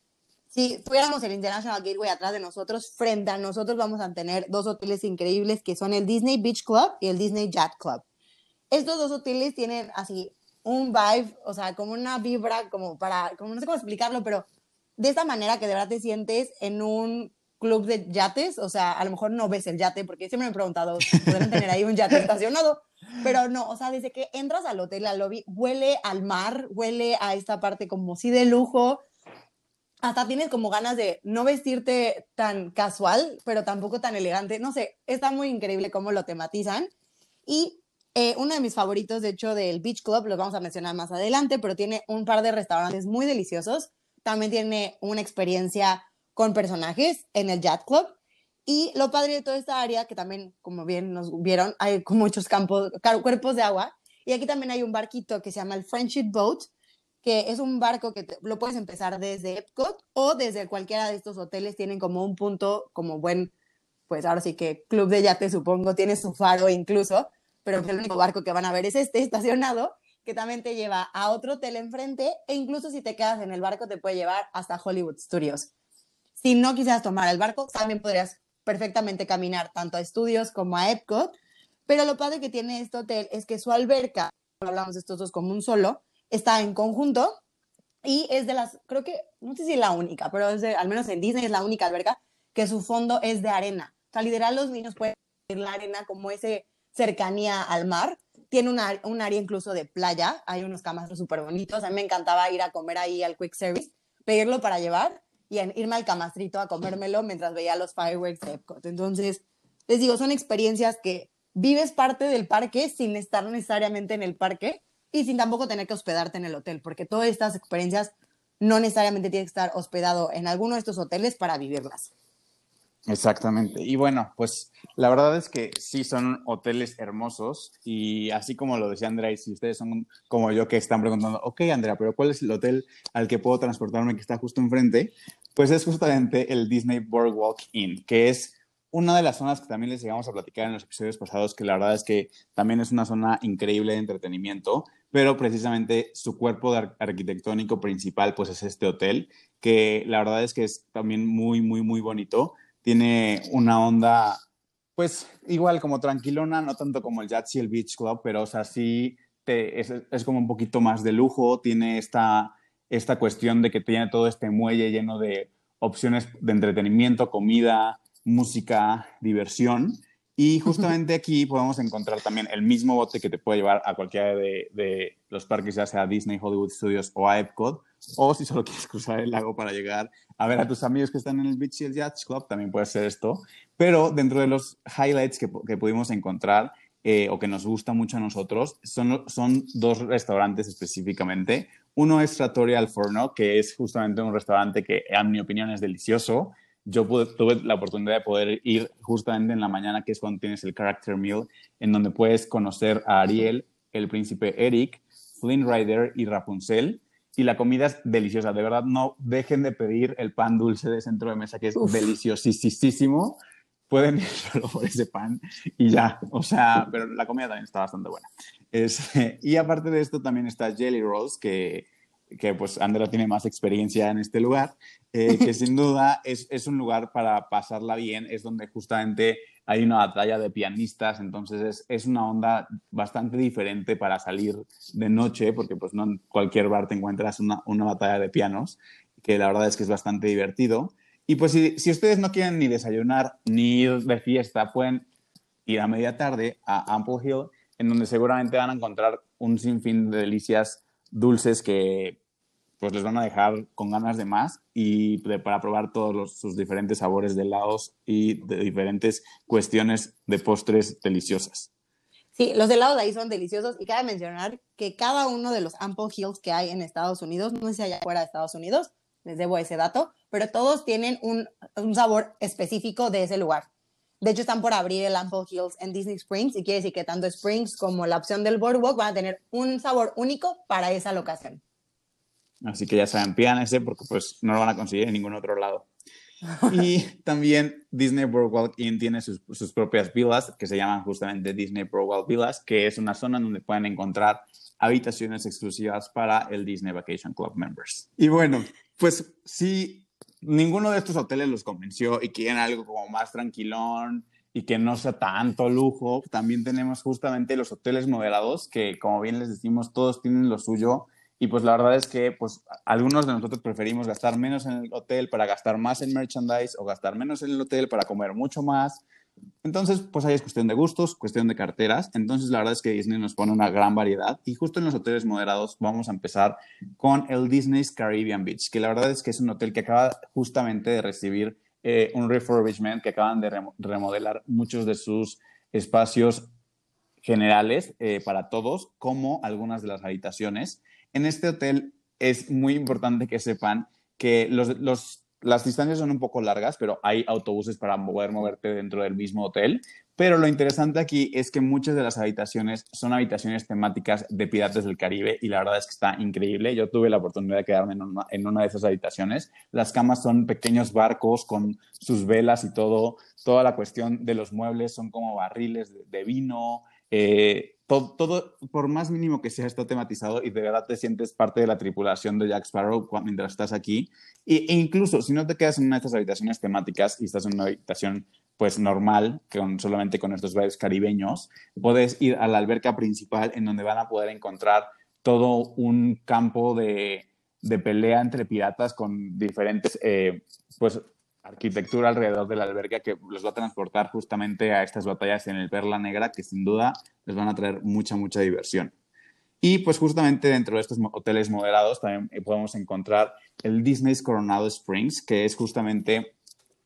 Si fuéramos el International Gateway atrás de nosotros, frente a nosotros vamos a tener 2 hoteles increíbles que son el Disney Beach Club y el Disney Yacht Club. Estos 2 hoteles tienen así un vibe, o sea, como una vibra, como no sé cómo explicarlo, pero de esta manera que de verdad te sientes en un club de yates, o sea, a lo mejor no ves el yate, porque siempre me he preguntado, ¿podrán tener ahí un yate estacionado? Pero no, o sea, desde que entras al hotel, al lobby, huele al mar, huele a esta parte como sí de lujo, hasta tienes como ganas de no vestirte tan casual, pero tampoco tan elegante. No sé, está muy increíble cómo lo tematizan. Y uno de mis favoritos, de hecho, del Beach Club, los vamos a mencionar más adelante, pero tiene un par de restaurantes muy deliciosos. También tiene una experiencia con personajes en el Yacht Club. Y lo padre de toda esta área, que también, como bien nos vieron, hay muchos cuerpos de agua. Y aquí también hay un barquito que se llama el Friendship Boat, que es un barco que lo puedes empezar desde Epcot o desde cualquiera de estos hoteles. Tienen como un punto, como buen, pues ahora sí que club de yate, supongo, tiene su faro incluso, pero el único barco que van a ver es este estacionado, que también te lleva a otro hotel enfrente, e incluso si te quedas en el barco te puede llevar hasta Hollywood Studios. Si no quisieras tomar el barco, también podrías perfectamente caminar tanto a Studios como a Epcot, pero lo padre que tiene este hotel es que su alberca, hablamos de estos dos como un solo, está en conjunto y es de las, creo que, no sé si es la única, pero al menos en Disney es la única alberca que su fondo es de arena. O sea, literal los niños pueden ver la arena como ese cercanía al mar. Tiene un área incluso de playa, hay unos camastros súper bonitos. A mí me encantaba ir a comer ahí al Quick Service, pedirlo para llevar y irme al camastrito a comérmelo mientras veía los fireworks de Epcot. Entonces, les digo, son experiencias que vives parte del parque sin estar necesariamente en el parque y sin tampoco tener que hospedarte en el hotel, porque todas estas experiencias no necesariamente tienes que estar hospedado en alguno de estos hoteles para vivirlas. Exactamente. Y bueno, pues la verdad es que sí son hoteles hermosos y así como lo decía Andrea, y si ustedes son como yo que están preguntando, ok Andrea, pero ¿cuál es el hotel al que puedo transportarme que está justo enfrente? Pues es justamente el Disney Boardwalk Inn, que es una de las zonas que también les llegamos a platicar en los episodios pasados, que la verdad es que también es una zona increíble de entretenimiento, pero precisamente su cuerpo arquitectónico principal pues es este hotel, que la verdad es que es también muy, muy, muy bonito. Tiene una onda, pues igual como tranquilona, no tanto como el Yahtzee y el Beach Club, pero o sea, sí es como un poquito más de lujo, tiene esta cuestión de que tiene todo este muelle lleno de opciones de entretenimiento, comida, música, diversión. Y justamente aquí podemos encontrar también el mismo bote que te puede llevar a cualquiera de los parques, ya sea a Disney, Hollywood Studios o a Epcot, o si solo quieres cruzar el lago para llegar a ver a tus amigos que están en el Beach y el Yacht Club, también puede ser esto. Pero dentro de los highlights que pudimos encontrar o que nos gusta mucho a nosotros, son 2 restaurantes específicamente. Uno es Trattoria al Forno, que es justamente un restaurante que, en mi opinión, es delicioso. Yo tuve la oportunidad de poder ir justamente en la mañana, que es cuando tienes el Character Meal, en donde puedes conocer a Ariel, el príncipe Eric, Flynn Rider y Rapunzel. Y la comida es deliciosa. De verdad, no dejen de pedir el pan dulce de centro de mesa, que es deliciosísimo. Pueden ir solo por ese pan y ya. O sea, pero la comida también está bastante buena. Y aparte de esto, también está Jelly Rolls, que que pues Andrea tiene más experiencia en este lugar, que sin duda es un lugar para pasarla bien, es donde justamente hay una batalla de pianistas, entonces es una onda bastante diferente para salir de noche, porque pues no en cualquier bar te encuentras una batalla de pianos, que la verdad es que es bastante divertido. Y pues si ustedes no quieren ni desayunar ni ir de fiesta, pueden ir a media tarde a Ample Hill, en donde seguramente van a encontrar un sinfín de delicias dulces que pues les van a dejar con ganas de más y para probar todos sus diferentes sabores de helados y de diferentes cuestiones de postres deliciosas. Sí, los helados de ahí son deliciosos y cabe mencionar que cada uno de los Ample Hills que hay en Estados Unidos, no sé si allá fuera de Estados Unidos, les debo ese dato, pero todos tienen un sabor específico de ese lugar. De hecho, están por abrir el Ample Hills en Disney Springs y quiere decir que tanto Springs como la opción del Boardwalk van a tener un sabor único para esa locación. Así que ya saben, pídanse porque pues no lo van a conseguir en ningún otro lado. Y también Disney Boardwalk Inn tiene sus propias villas que se llaman justamente Disney Boardwalk Villas, que es una zona donde pueden encontrar habitaciones exclusivas para el Disney Vacation Club members. Y bueno, pues si ninguno de estos hoteles los convenció y quieren algo como más tranquilón y que no sea tanto lujo, también tenemos justamente los hoteles moderados que, como bien les decimos, todos tienen lo suyo. Y pues la verdad es que pues algunos de nosotros preferimos gastar menos en el hotel para gastar más en merchandise o gastar menos en el hotel para comer mucho más. Entonces, pues ahí es cuestión de gustos, cuestión de carteras. Entonces, la verdad es que Disney nos pone una gran variedad. Y justo en los hoteles moderados vamos a empezar con el Disney's Caribbean Beach, que la verdad es que es un hotel que acaba justamente de recibir un refurbishment, que acaban de remodelar muchos de sus espacios generales para todos, como algunas de las habitaciones. En este hotel es muy importante que sepan que las distancias son un poco largas, pero hay autobuses para poder moverte dentro del mismo hotel. Pero lo interesante aquí es que muchas de las habitaciones son habitaciones temáticas de Piratas del Caribe y la verdad es que está increíble. Yo tuve la oportunidad de quedarme en una de esas habitaciones. Las camas son pequeños barcos con sus velas y todo. Toda la cuestión de los muebles son como barriles de vino. Todo, por más mínimo que sea, está tematizado y de verdad te sientes parte de la tripulación de Jack Sparrow mientras estás aquí. E incluso si no te quedas en una de estas habitaciones temáticas y estás en una habitación pues normal, solamente con estos vibes caribeños, puedes ir a la alberca principal en donde van a poder encontrar todo un campo de pelea entre piratas con diferentes pues arquitectura alrededor de la alberca que los va a transportar justamente a estas batallas en el Perla Negra que sin duda les van a traer mucha, mucha diversión. Y pues justamente dentro de estos hoteles moderados también podemos encontrar el Disney's Coronado Springs, que es justamente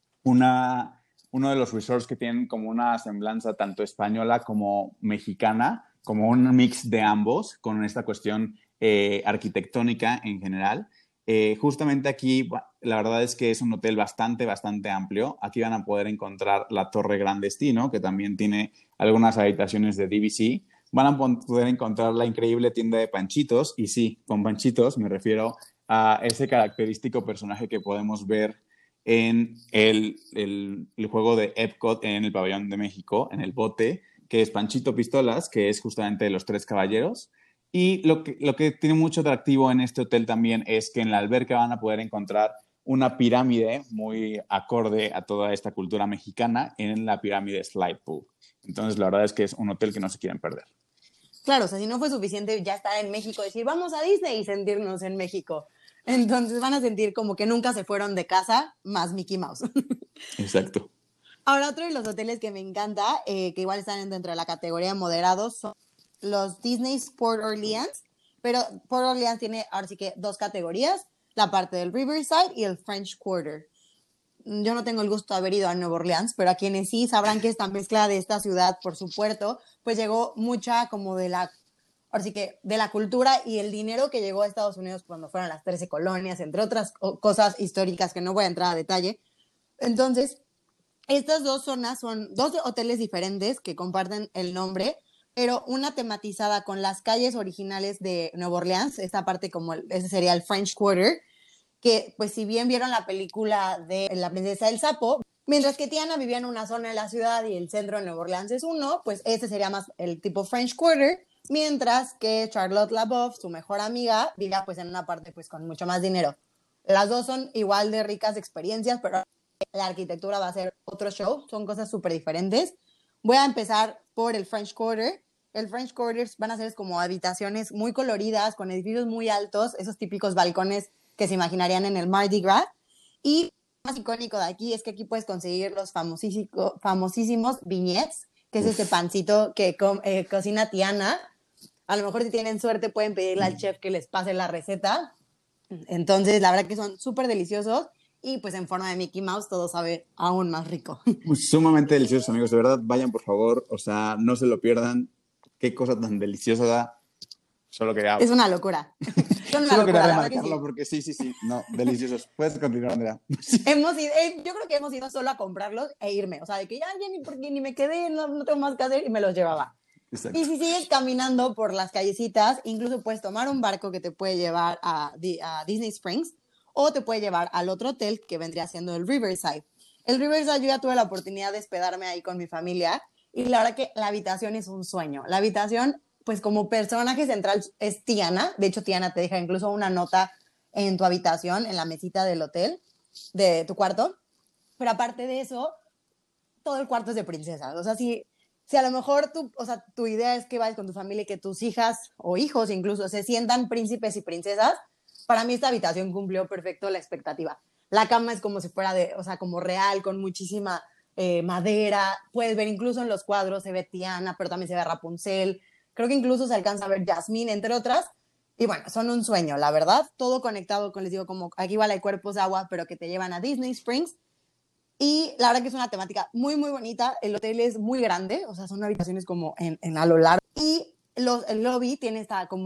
uno de los resorts que tienen como una semblanza tanto española como mexicana, como un mix de ambos, con esta cuestión arquitectónica en general. Justamente aquí, la verdad es que es un hotel bastante, bastante amplio. Aquí van a poder encontrar la Torre Gran Destino, que también tiene algunas habitaciones de DVC. Van a poder encontrar la increíble tienda de Panchitos, y sí, con Panchitos me refiero a ese característico personaje que podemos ver en el juego de Epcot en el Pabellón de México, en el bote, que es Panchito Pistolas, que es justamente de los Tres Caballeros. Y lo que tiene mucho atractivo en este hotel también es que en la alberca van a poder encontrar una pirámide muy acorde a toda esta cultura mexicana en la pirámide Slide Pool. Entonces, la verdad es que es un hotel que no se quieren perder. Claro, o sea, si no fue suficiente ya estar en México, decir vamos a Disney y sentirnos en México. Entonces van a sentir como que nunca se fueron de casa, más Mickey Mouse. Exacto. Ahora, otro de los hoteles que me encanta, que igual están dentro de la categoría moderados, son los Disney Port Orleans, pero Port Orleans tiene ahora sí que dos categorías, la parte del Riverside y el French Quarter. Yo no tengo el gusto de haber ido a Nueva Orleans, pero a quienes sí sabrán que esta mezcla de esta ciudad por su puerto, pues llegó mucha como ahora sí que de la cultura y el dinero que llegó a Estados Unidos cuando fueron las 13 colonias, entre otras cosas históricas que no voy a entrar a detalle. Entonces, estas dos zonas son dos hoteles diferentes que comparten el nombre, pero una tematizada con las calles originales de Nueva Orleans, esta parte como ese sería el French Quarter, que pues si bien vieron la película de La Princesa del Sapo, mientras que Tiana vivía en una zona de la ciudad y el centro de Nueva Orleans es uno, pues ese sería más el tipo French Quarter, Mientras que Charlotte LaBeouf, su mejor amiga, vive pues en una parte pues con mucho más dinero. Las dos son igual de ricas de experiencias, pero la arquitectura va a ser otro show, son cosas súper diferentes. Voy a empezar por el French Quarter. El French Quarter van a ser como habitaciones muy coloridas, con edificios muy altos, esos típicos balcones que se imaginarían en el Mardi Gras. Y lo más icónico de aquí es que aquí puedes conseguir los famosísimos beignets, que es este pancito que cocina Tiana. A lo mejor si tienen suerte pueden pedirle al chef que les pase la receta. Entonces, la verdad que son súper deliciosos y pues en forma de Mickey Mouse todo sabe aún más rico. Sumamente deliciosos, amigos. De verdad, vayan, por favor. O sea, no se lo pierdan. Qué cosa tan deliciosa da. Solo quería... Es una locura. Son una Solo quería locura, la verdad que remarcarlo sí. porque sí. No, deliciosos. Puedes continuar, Andrea. Yo creo que hemos ido solo a comprarlos e irme. O sea, de que ya ni me quedé, no tengo más que hacer y me los llevaba. Exacto. Y si sigues caminando por las callecitas, incluso puedes tomar un barco que te puede llevar a Disney Springs o te puede llevar al otro hotel que vendría siendo el Riverside. El Riverside yo ya tuve la oportunidad de hospedarme ahí con mi familia y la verdad que la habitación es un sueño. La habitación, pues como personaje central es Tiana. De hecho, Tiana te deja incluso una nota en tu habitación, en la mesita del hotel, de tu cuarto. Pero aparte de eso, todo el cuarto es de princesas. O sea, si a lo mejor tu idea es que vayas con tu familia y que tus hijas o hijos incluso se sientan príncipes y princesas, para mí esta habitación cumplió perfecto la expectativa. La cama es como si fuera como real, con muchísima madera. Puedes ver incluso en los cuadros, se ve Tiana, pero también se ve Rapunzel. Creo que incluso se alcanza a ver Jasmine, entre otras. Y bueno, son un sueño, la verdad. Todo conectado con, les digo, como aquí vale el cuerpos de agua, pero que te llevan a Disney Springs. Y la verdad que es una temática muy, muy bonita. El hotel es muy grande, o sea, son habitaciones como a lo largo. Y el lobby tiene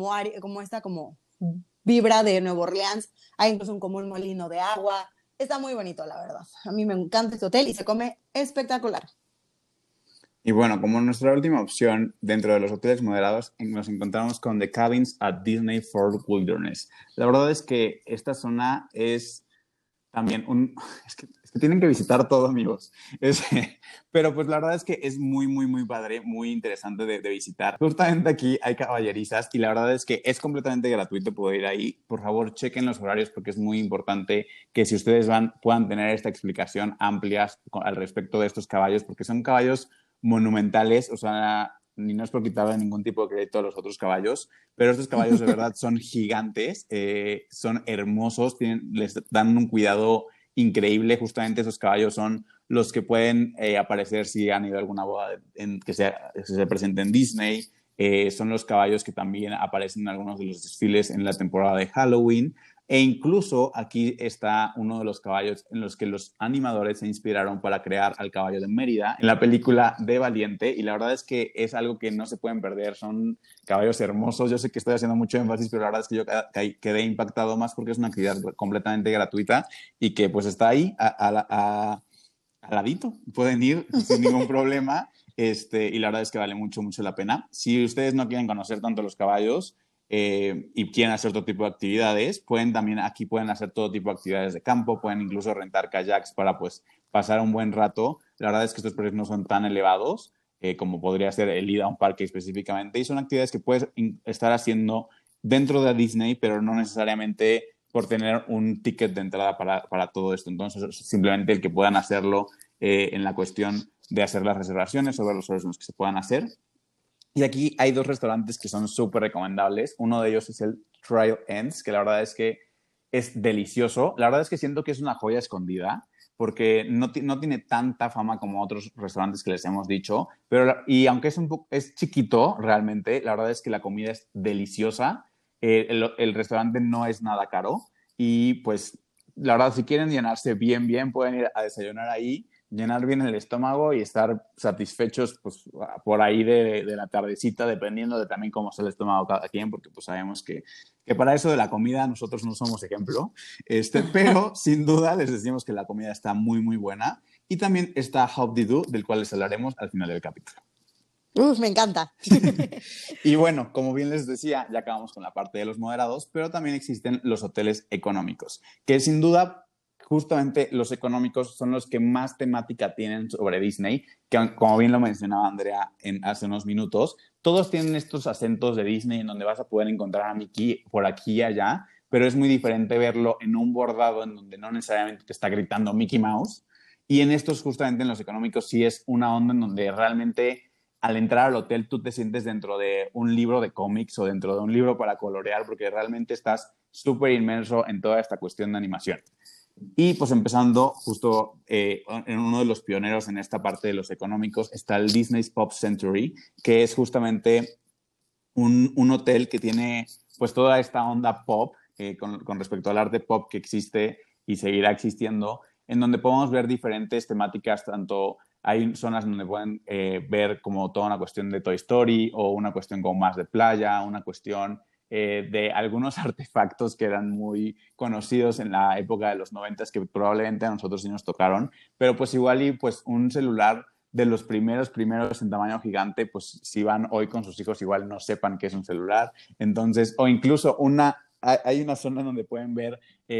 como vibra de Nueva Orleans. Hay incluso como un molino de agua. Está muy bonito, la verdad. A mí me encanta este hotel y se come espectacular. Y bueno, como nuestra última opción dentro de los hoteles moderados, nos encontramos con The Cabins at Disney Fort Wilderness. La verdad es que esta zona es también es que tienen que visitar todo, amigos. Pero pues la verdad es que es muy padre, muy interesante de visitar. Justamente aquí hay caballerizas y la verdad es que es completamente gratuito poder ir ahí. Por favor, chequen los horarios porque es muy importante que si ustedes van puedan tener esta explicación amplia al respecto de estos caballos, porque son caballos monumentales, o sea, ni no es por quitarle ningún tipo de crédito a los otros caballos, pero estos caballos de verdad son gigantes, son hermosos, les dan un cuidado increíble. Justamente esos caballos son los que pueden aparecer si han ido a alguna boda que se presente en Disney. Son los caballos que también aparecen en algunos de los desfiles en la temporada de Halloween. E incluso aquí está uno de los caballos en los que los animadores se inspiraron para crear al caballo de Mérida en la película de Valiente. Y la verdad es que es algo que no se pueden perder. Son caballos hermosos. Yo sé que estoy haciendo mucho énfasis, pero la verdad es que yo quedé impactado más porque es una actividad completamente gratuita y que pues está ahí al ladito. Pueden ir sin ningún problema. Y la verdad es que vale mucho la pena. Si ustedes no quieren conocer tanto los caballos, y quieren hacer otro tipo de actividades, aquí pueden hacer todo tipo de actividades de campo, pueden incluso rentar kayaks para pues pasar un buen rato. La verdad es que estos precios no son tan elevados como podría ser el ir a un parque específicamente, y son actividades que puedes estar haciendo dentro de Disney, pero no necesariamente por tener un ticket de entrada para todo esto. Entonces, simplemente el que puedan hacerlo en la cuestión de hacer las reservaciones sobre los horarios en los que se puedan hacer. Y aquí hay dos restaurantes que son súper recomendables. Uno de ellos es el Trail Ends, que la verdad es que es delicioso. La verdad es que siento que es una joya escondida, porque no tiene tanta fama como otros restaurantes que les hemos dicho. Y aunque es chiquito realmente, la verdad es que la comida es deliciosa. El restaurante no es nada caro. Y pues, la verdad, si quieren llenarse bien, pueden ir a desayunar ahí, llenar bien el estómago y estar satisfechos pues por ahí de la tardecita, dependiendo de también cómo sea el estómago cada quien, porque pues sabemos que para eso de la comida nosotros no somos ejemplo, pero sin duda les decimos que la comida está muy buena. Y también está Hop-Dee-Doo, del cual les hablaremos al final del capítulo. Me encanta. Y bueno, como bien les decía, ya acabamos con la parte de los moderados, pero también existen los hoteles económicos, que sin duda justamente los económicos son los que más temática tienen sobre Disney, que como bien lo mencionaba Andrea hace unos minutos, todos tienen estos acentos de Disney en donde vas a poder encontrar a Mickey por aquí y allá, pero es muy diferente verlo en un bordado en donde no necesariamente te está gritando Mickey Mouse. Y en estos, justamente en los económicos, sí es una onda en donde realmente al entrar al hotel tú te sientes dentro de un libro de cómics o dentro de un libro para colorear, porque realmente estás súper inmerso en toda esta cuestión de animación. Y pues empezando justo en uno de los pioneros en esta parte de los económicos está el Disney's Pop Century, que es justamente un hotel que tiene pues toda esta onda pop con respecto al arte pop que existe y seguirá existiendo, en donde podemos ver diferentes temáticas, tanto hay zonas donde pueden ver como toda una cuestión de Toy Story o una cuestión como más de playa, una cuestión de algunos artefactos que eran muy conocidos en la época de los 90 que probablemente a nosotros sí nos tocaron, pero pues igual y pues un celular de los primeros en tamaño gigante, pues si van hoy con sus hijos igual no sepan qué es un celular. Entonces, o incluso hay una zona donde pueden ver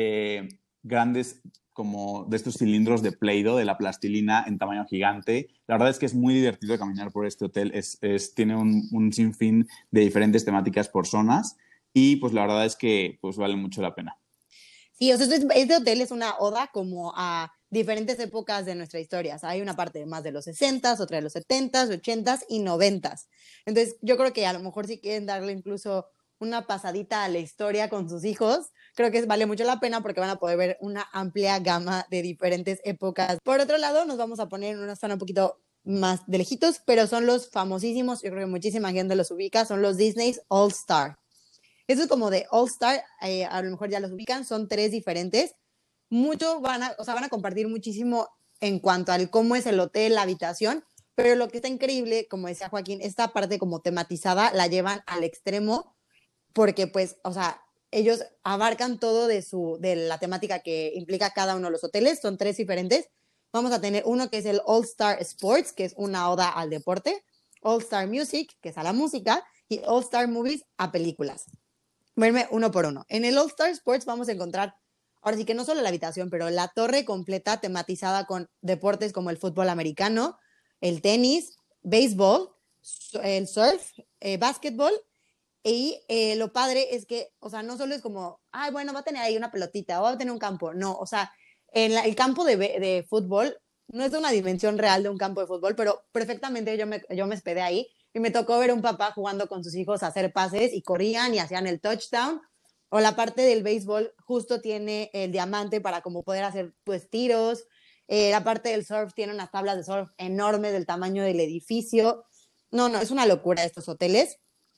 grandes como de estos cilindros de Play-Doh, de la plastilina en tamaño gigante. La verdad es que es muy divertido caminar por este hotel. Tiene un sinfín de diferentes temáticas por zonas y pues la verdad es que pues vale mucho la pena. Sí, o sea, este hotel es una oda como a diferentes épocas de nuestra historia. O sea, hay una parte más de los 60s, otra de los 70s, 80s y 90s. Entonces, yo creo que a lo mejor si quieren darle incluso una pasadita a la historia con sus hijos, creo que vale mucho la pena porque van a poder ver una amplia gama de diferentes épocas. Por otro lado, nos vamos a poner en una zona un poquito más de lejitos, pero son los famosísimos, yo creo que muchísima gente los ubica, son los Disney's All Star. Eso es como de All Star, a lo mejor ya los ubican, son 3 diferentes. Mucho o sea, van a compartir muchísimo en cuanto al cómo es el hotel, la habitación, pero lo que está increíble, como decía Joaquín, esta parte como tematizada la llevan al extremo porque pues, o sea, ellos abarcan todo de la temática que implica cada uno de los hoteles, son 3 diferentes. Vamos a tener uno que es el All Star Sports, que es una oda al deporte, All Star Music, que es a la música, y All Star Movies a películas. Verme uno por uno. En el All Star Sports vamos a encontrar, ahora sí que no solo la habitación, pero la torre completa tematizada con deportes como el fútbol americano, el tenis, béisbol, el surf, básquetbol. Y lo padre es que, o sea, no solo es como, ay, bueno, va a tener ahí una pelotita o va a tener un campo. No, o sea, el campo de fútbol no es de una dimensión real de un campo de fútbol, pero perfectamente yo me hospedé ahí y me tocó ver a un papá jugando con sus hijos a hacer pases y corrían y hacían el touchdown. O la parte del béisbol justo tiene el diamante para como poder hacer pues tiros. La parte del surf tiene unas tablas de surf enormes del tamaño del edificio. No, no, es una locura estos hoteles.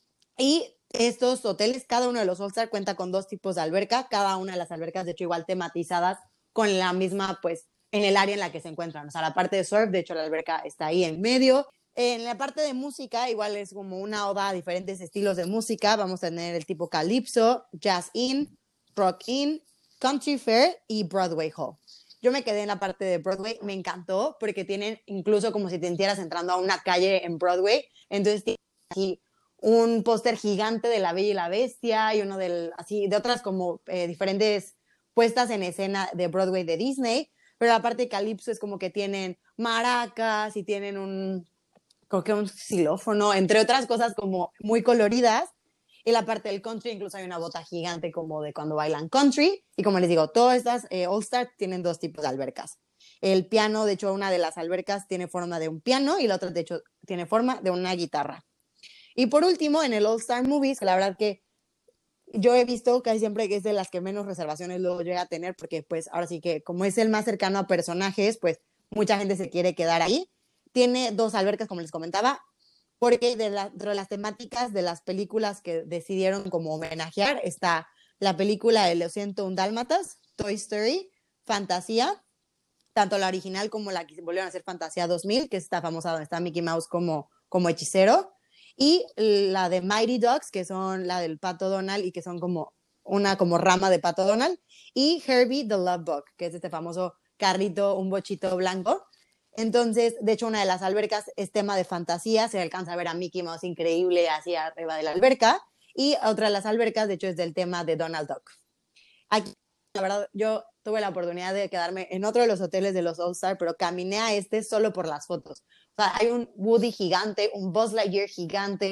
Y estos hoteles, cada uno de los All-Star cuenta con 2 tipos de alberca, cada una de las albercas de hecho igual tematizadas con la misma, pues, en el área en la que se encuentran. O sea, la parte de surf, de hecho la alberca está ahí en medio. En la parte de música, igual es como una oda a diferentes estilos de música. Vamos a tener el tipo Calypso, Jazz In, Rock In, Country Fair y Broadway Hall. Yo me quedé en la parte de Broadway, me encantó porque tienen incluso como si te sintieras entrando a una calle en Broadway. Entonces tienen aquí un póster gigante de La Bella y la Bestia y uno así, de otras como diferentes puestas en escena de Broadway de Disney, pero la parte de Calypso es como que tienen maracas y tienen creo que un xilófono, entre otras cosas como muy coloridas. Y la parte del country incluso hay una bota gigante como de cuando bailan country. Y como les digo, todas estas All Star tienen 2 tipos de albercas. El piano, de hecho, una de las albercas tiene forma de un piano y la otra, de hecho, tiene forma de una guitarra. Y por último, en el All Star Movies, que la verdad que yo he visto casi siempre que es de las que menos reservaciones luego llega a tener, porque pues ahora sí que como es el más cercano a personajes, pues mucha gente se quiere quedar ahí. Tiene 2 albercas, como les comentaba, porque dentro de las temáticas de las películas que decidieron como homenajear está la película de Los 101 Dálmatas, Toy Story, Fantasía, tanto la original como la que volvieron a hacer Fantasía 2000, que es esta famosa donde está Mickey Mouse como hechicero, y la de Mighty Ducks, que son la del Pato Donald y que son como una como rama de Pato Donald, y Herbie the Love Bug, que es este famoso carrito, un bochito blanco. Entonces, de hecho, una de las albercas es tema de fantasía, se alcanza a ver a Mickey Mouse increíble hacia arriba de la alberca, y otra de las albercas, de hecho, es del tema de Donald Duck. Aquí, la verdad, yo tuve la oportunidad de quedarme en otro de los hoteles de los All Star, pero caminé a este solo por las fotos. O sea, hay un Woody gigante, un Buzz Lightyear gigante,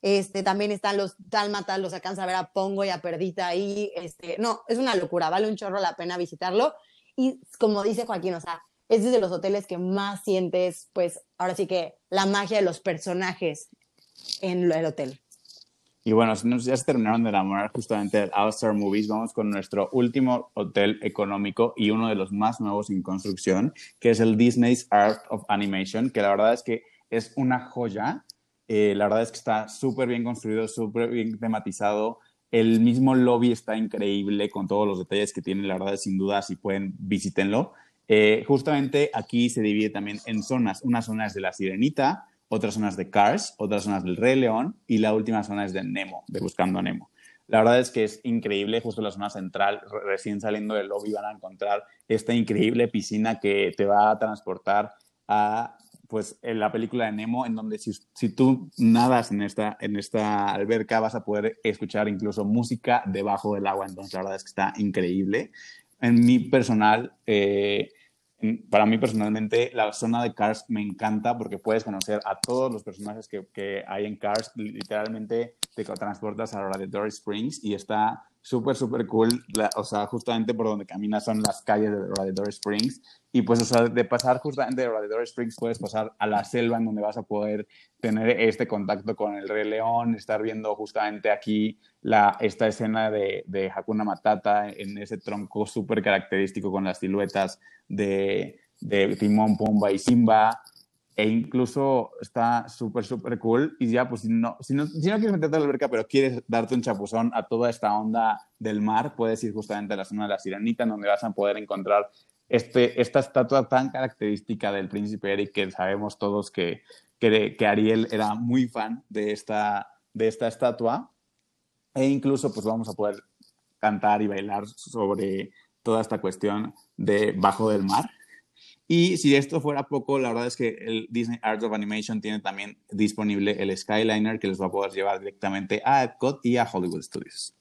También están los dálmatas, los alcanza a ver a Pongo y a Perdita ahí. No, es una locura, vale un chorro la pena visitarlo. Y como dice Joaquín, o sea, es de los hoteles que más sientes, pues, ahora sí que la magia de los personajes en el hotel. Y bueno, si ya se terminaron de enamorar justamente del All Star Movies, vamos con nuestro último hotel económico y uno de los más nuevos en construcción, que es el Disney's Art of Animation, que la verdad es que es una joya. La verdad es que está súper bien construido, súper bien tematizado. El mismo lobby está increíble con todos los detalles que tiene. La verdad es sin duda, si pueden, visítenlo. Justamente aquí se divide también en zonas. Una zona es de La Sirenita, otras zonas de Cars, otras zonas del Rey León y la última zona es de Nemo, de Buscando a Nemo. La verdad es que es increíble, justo en la zona central, recién saliendo del lobby van a encontrar esta increíble piscina que te va a transportar a pues en la película de Nemo, en donde si tú nadas en esta alberca vas a poder escuchar incluso música debajo del agua, entonces la verdad es que está increíble. En mi personal, para mí personalmente, la zona de Cars me encanta porque puedes conocer a todos los personajes que hay en Cars. Literalmente te transportas a Radiator Springs y está súper, súper cool. O sea, justamente por donde caminas son las calles de Radiator Springs. Y pues, o sea, de pasar justamente de Radiator Springs puedes pasar a la selva en donde vas a poder tener este contacto con el Rey León, estar viendo justamente aquí esta escena de Hakuna Matata en ese tronco súper característico con las siluetas de Timón, Pumba y Simba. E incluso está súper, súper cool. Y ya, pues si no quieres meterte a la alberca, pero quieres darte un chapuzón a toda esta onda del mar, puedes ir justamente a la zona de la Sirenita, en donde vas a poder encontrar esta estatua tan característica del príncipe Eric, que sabemos todos que Ariel era muy fan de esta estatua. E incluso, pues vamos a poder cantar y bailar sobre toda esta cuestión de bajo del mar. Y si esto fuera poco, la verdad es que el Disney Art of Animation tiene también disponible el Skyliner que les va a poder llevar directamente a Epcot y a Hollywood Studios.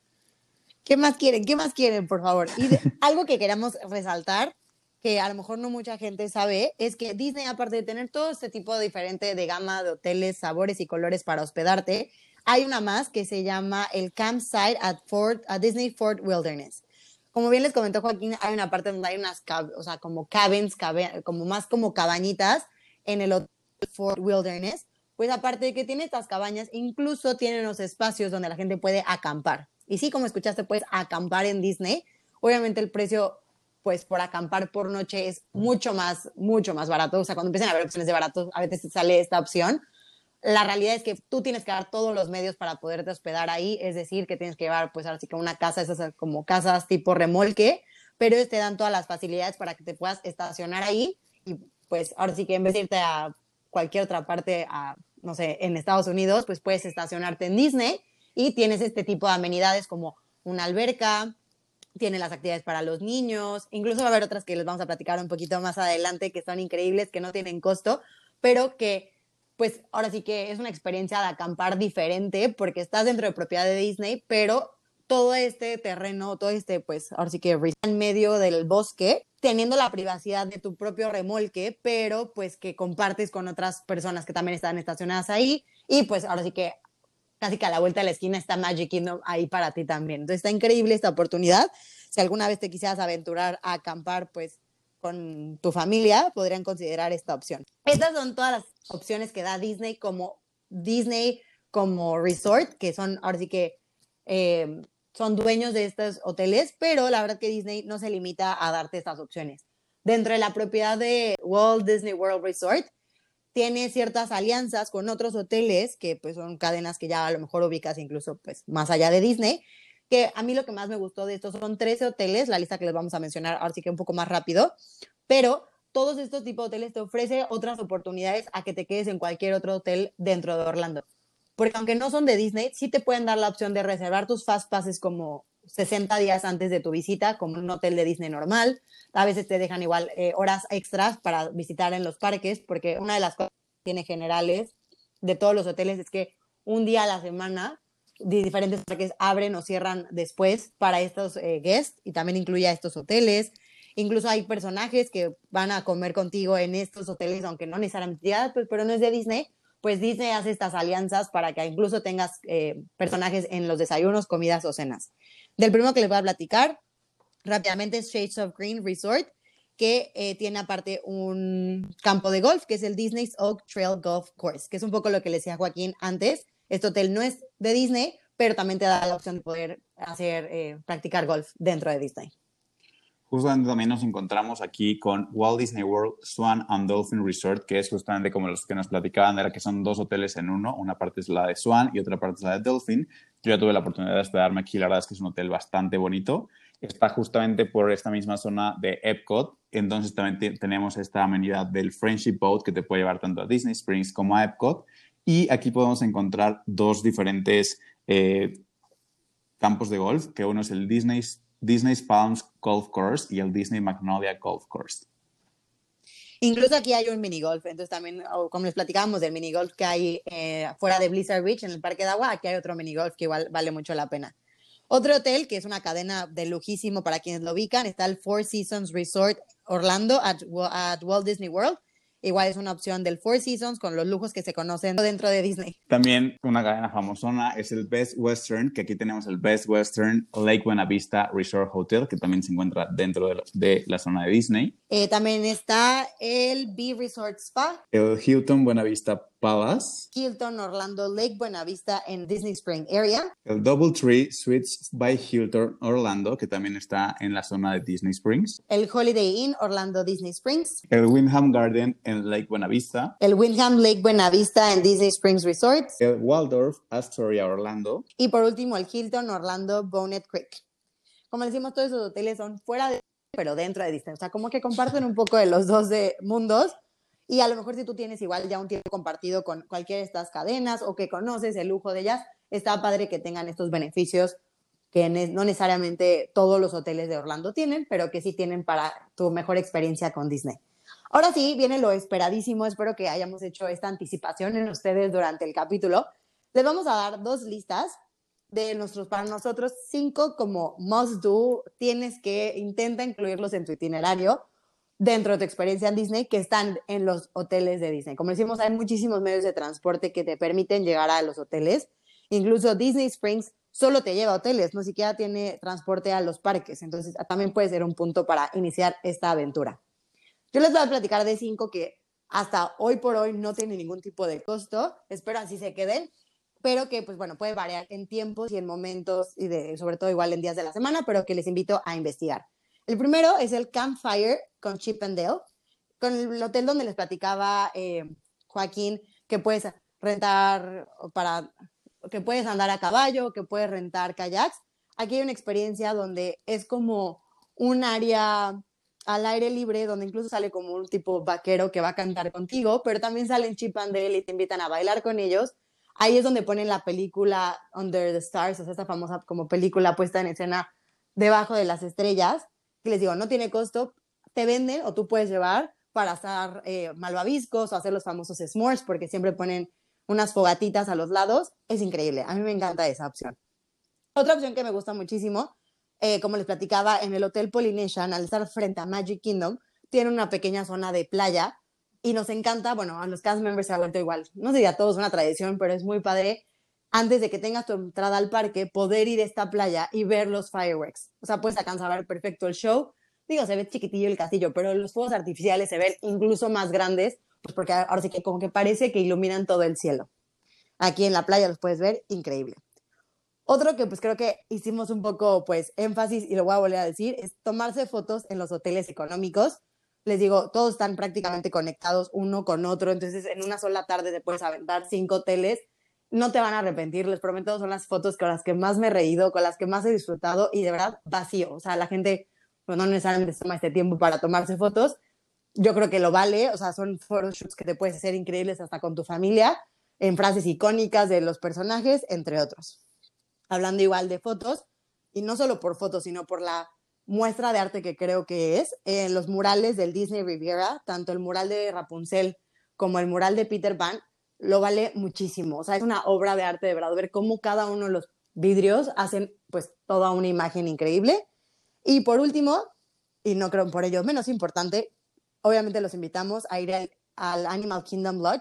¿Qué más quieren? ¿Qué más quieren, por favor? Y algo que queramos resaltar, que a lo mejor no mucha gente sabe, es que Disney, aparte de tener todo este tipo diferente de gama de hoteles, sabores y colores para hospedarte, hay una más que se llama el Campsite at Disney Fort Wilderness. Como bien les comentó Joaquín, hay una parte donde hay unas, o sea, como cabins, como más como cabañitas en el hotel Fort Wilderness. Pues aparte de que tiene estas cabañas, incluso tienen los espacios donde la gente puede acampar. Y sí, como escuchaste, puedes acampar en Disney. Obviamente el precio, pues por acampar por noche es mucho más barato. O sea, cuando empiezan a haber opciones de baratos, a veces sale esta opción. La realidad es que tú tienes que dar todos los medios para poderte hospedar ahí, es decir, que tienes que llevar, pues ahora sí que una casa, esas como casas tipo remolque, pero ellos te dan todas las facilidades para que te puedas estacionar ahí y pues ahora sí que en vez de irte a cualquier otra parte, no sé, en Estados Unidos, pues puedes estacionarte en Disney y tienes este tipo de amenidades como una alberca, tiene las actividades para los niños, incluso va a haber otras que les vamos a platicar un poquito más adelante que son increíbles, que no tienen costo, pero que pues ahora sí que es una experiencia de acampar diferente porque estás dentro de propiedad de Disney, pero todo este terreno, todo pues ahora sí que en medio del bosque, teniendo la privacidad de tu propio remolque, pero pues que compartes con otras personas que también están estacionadas ahí y pues ahora sí que casi que a la vuelta de la esquina está Magic Kingdom ahí para ti también. Entonces está increíble esta oportunidad. Si alguna vez te quisieras aventurar a acampar, pues con tu familia, podrían considerar esta opción. Estas son todas las opciones que da Disney como resort, que son ahora sí que son dueños de estos hoteles, pero la verdad que Disney no se limita a darte estas opciones. Dentro de la propiedad de Walt Disney World Resort, tiene ciertas alianzas con otros hoteles que pues son cadenas que ya a lo mejor ubicas incluso pues más allá de Disney, que a mí lo que más me gustó de estos son 13 hoteles, la lista que les vamos a mencionar ahora sí que un poco más rápido, pero todos estos tipos de hoteles te ofrecen otras oportunidades a que te quedes en cualquier otro hotel dentro de Orlando. Porque aunque no son de Disney, sí te pueden dar la opción de reservar tus fast passes como 60 días antes de tu visita, como un hotel de Disney normal. A veces te dejan igual horas extras para visitar en los parques, porque una de las cosas que tiene generales de todos los hoteles es que un día a la semana diferentes parques abren o cierran después para estos guests y también incluye a estos hoteles. Incluso hay personajes que van a comer contigo en estos hoteles, aunque no necesariamente, pues, pero no es de Disney, pues Disney hace estas alianzas para que incluso tengas personajes en los desayunos, comidas o cenas. Del primero que les voy a platicar rápidamente es Shades of Green Resort, que tiene aparte un campo de golf, que es el Disney's Oak Trail Golf Course, que es un poco lo que le decía Joaquín antes. Este hotel no es de Disney, pero también te da la opción de poder practicar golf dentro de Disney. Justamente también nos encontramos aquí con Walt Disney World Swan and Dolphin Resort, que es justamente como los que nos platicaban, era que son 2 hoteles en uno. Una parte es la de Swan y otra parte es la de Dolphin. Yo ya tuve la oportunidad de hospedarme aquí, la verdad es que es un hotel bastante bonito. Está justamente por esta misma zona de Epcot, entonces también tenemos esta amenidad del Friendship Boat que te puede llevar tanto a Disney Springs como a Epcot. Y aquí podemos encontrar 2 diferentes campos de golf, que uno es el Disney's Palms Golf Course y el Disney Magnolia Golf Course. Incluso aquí hay un minigolf, entonces también, como les platicábamos del minigolf que hay fuera de Blizzard Beach, en el parque de agua, aquí hay otro minigolf que igual vale mucho la pena. Otro hotel, que es una cadena de lujísimo para quienes lo ubican, está el Four Seasons Resort Orlando at Walt Disney World. Igual es una opción del Four Seasons con los lujos que se conocen dentro de Disney. También una cadena famosona es el Best Western, que aquí tenemos el Best Western Lake Buena Vista Resort Hotel, que también se encuentra dentro de la zona de Disney. También está el B Resort Spa. El Hilton Buena Vista Palace. Hilton Orlando Lake Buena Vista en Disney Spring Area. El DoubleTree Suites by Hilton Orlando, que también está en la zona de Disney Springs. El Holiday Inn Orlando Disney Springs. El Wyndham Garden en Lake Buena Vista. El Wyndham Lake Buena Vista en Disney Springs Resort. El Waldorf Astoria Orlando. Y por último, el Hilton Orlando Bonnet Creek. Como decimos, todos esos hoteles son fuera de, pero dentro de Disney. O sea, como que comparten un poco de los dos mundos. Y a lo mejor si tú tienes igual ya un tiempo compartido con cualquiera de estas cadenas o que conoces el lujo de ellas, está padre que tengan estos beneficios que no necesariamente todos los hoteles de Orlando tienen, pero que sí tienen para tu mejor experiencia con Disney. Ahora sí, viene lo esperadísimo. Espero que hayamos hecho esta anticipación en ustedes durante el capítulo. Les vamos a dar 2 listas de para nosotros 5 como must do. Tienes que intenta incluirlos en tu itinerario dentro de tu experiencia en Disney, que están en los hoteles de Disney. Como decimos, hay muchísimos medios de transporte que te permiten llegar a los hoteles. Incluso Disney Springs solo te lleva a hoteles, no siquiera tiene transporte a los parques. Entonces, también puede ser un punto para iniciar esta aventura. Yo les voy a platicar de 5 que hasta hoy por hoy no tienen ningún tipo de costo. Espero así se queden, pero que, pues bueno, puede variar en tiempos y en momentos y sobre todo igual en días de la semana, pero que les invito a investigar. El primero es el Campfire con Chip 'n Dale, con el hotel donde les platicaba Joaquín, que puedes rentar que puedes andar a caballo, que puedes rentar kayaks. Aquí hay una experiencia donde es como un área al aire libre, donde incluso sale como un tipo vaquero que va a cantar contigo, pero también salen Chip 'n Dale y te invitan a bailar con ellos. Ahí es donde ponen la película Under the Stars, o sea, esta famosa como película puesta en escena debajo de las estrellas, que les digo, no tiene costo, te venden o tú puedes llevar para asar malvaviscos o hacer los famosos s'mores, porque siempre ponen unas fogatitas a los lados. Es increíble, a mí me encanta esa opción. Otra opción que me gusta muchísimo, como les platicaba, en el Hotel Polynesian, al estar frente a Magic Kingdom, tiene una pequeña zona de playa y nos encanta, bueno, a los cast members se ha vuelto igual, no sé si a todos una tradición, pero es muy padre, antes de que tengas tu entrada al parque, poder ir a esta playa y ver los fireworks. O sea, puedes alcanzar a ver perfecto el show. Digo, se ve chiquitillo el castillo, pero los fuegos artificiales se ven incluso más grandes, pues porque ahora sí que como que parece que iluminan todo el cielo. Aquí en la playa los puedes ver, increíble. Otro que pues creo que hicimos un poco pues énfasis, y lo voy a volver a decir, es tomarse fotos en los hoteles económicos. Les digo, todos están prácticamente conectados uno con otro, entonces en una sola tarde te puedes aventar 5 hoteles. No te van a arrepentir, les prometo, son las fotos con las que más me he reído, con las que más he disfrutado y de verdad vacío. O sea, la gente pues, no necesariamente se toma este tiempo para tomarse fotos. Yo creo que lo vale, o sea, son photoshoots que te puedes hacer increíbles hasta con tu familia, en frases icónicas de los personajes, entre otros. Hablando igual de fotos, y no solo por fotos, sino por la muestra de arte que creo que es, los murales del Disney Riviera, tanto el mural de Rapunzel como el mural de Peter Pan, lo vale muchísimo. O sea, es una obra de arte de verdad, ver cómo cada uno de los vidrios hacen pues toda una imagen increíble. Y por último, y no creo por ello menos importante, obviamente los invitamos a ir al Animal Kingdom Lodge.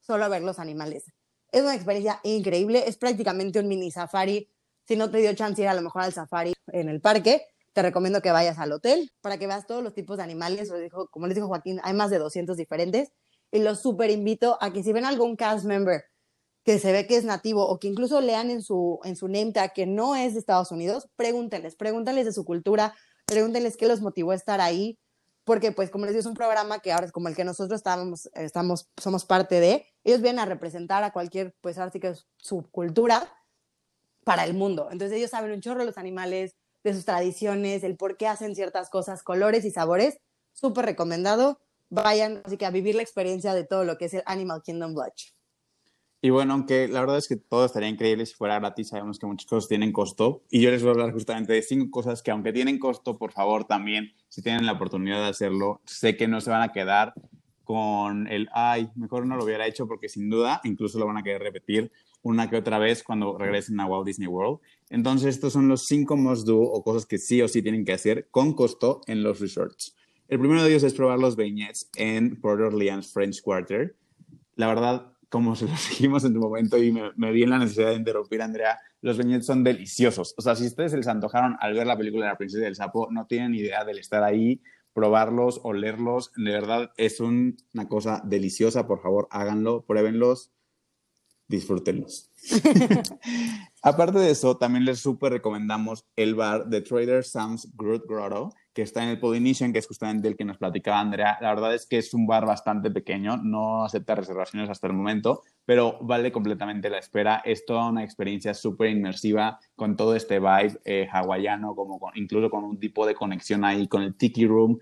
solo a ver los animales. Es una experiencia increíble, es prácticamente un mini safari. Si no te dio chance de ir a lo mejor al safari en el parque, te recomiendo que vayas al hotel para que veas todos los tipos de animales. Como les dijo Joaquín, hay más de 200 diferentes. Y los súper invito a que si ven algún cast member que se ve que es nativo o que incluso lean en su name tag que no es de Estados Unidos, pregúntenles de su cultura, pregúntenles qué los motivó a estar ahí, porque pues como les digo, es un programa que ahora es como el que nosotros somos parte de, ellos vienen a representar a cualquier, pues ahora sí que es su cultura para el mundo. Entonces ellos saben un chorro de los animales, de sus tradiciones, el por qué hacen ciertas cosas, colores y sabores. Súper recomendado. Vayan así que a vivir la experiencia de todo lo que es el Animal Kingdom Lodge. Y bueno, aunque la verdad es que todo estaría increíble si fuera gratis, sabemos que muchas cosas tienen costo. Y yo les voy a hablar justamente de 5 cosas que aunque tienen costo, por favor también, si tienen la oportunidad de hacerlo, sé que no se van a quedar con el, ay, mejor no lo hubiera hecho, porque sin duda incluso lo van a querer repetir una que otra vez cuando regresen a Walt Disney World. Entonces estos son los 5 must do o cosas que sí o sí tienen que hacer con costo en los resorts. El primero de ellos es probar los beignets en Port Orleans French Quarter. La verdad, como se los dijimos en tu momento y me vi en la necesidad de interrumpir, Andrea, los beignets son deliciosos. O sea, si ustedes se les antojaron al ver la película de La Princesa del Sapo, no tienen idea del estar ahí, probarlos, olerlos. De verdad, es una cosa deliciosa. Por favor, háganlo, pruébenlos, disfrútenlos. Aparte de eso, también les súper recomendamos el bar de Trader Sam's Groot Grotto, que está en el Polynesian, que es justamente el que nos platicaba Andrea. La verdad es que es un bar bastante pequeño, no acepta reservaciones hasta el momento, pero vale completamente la espera. Es toda una experiencia súper inmersiva con todo este vibe hawaiano, incluso con un tipo de conexión ahí con el Tiki Room.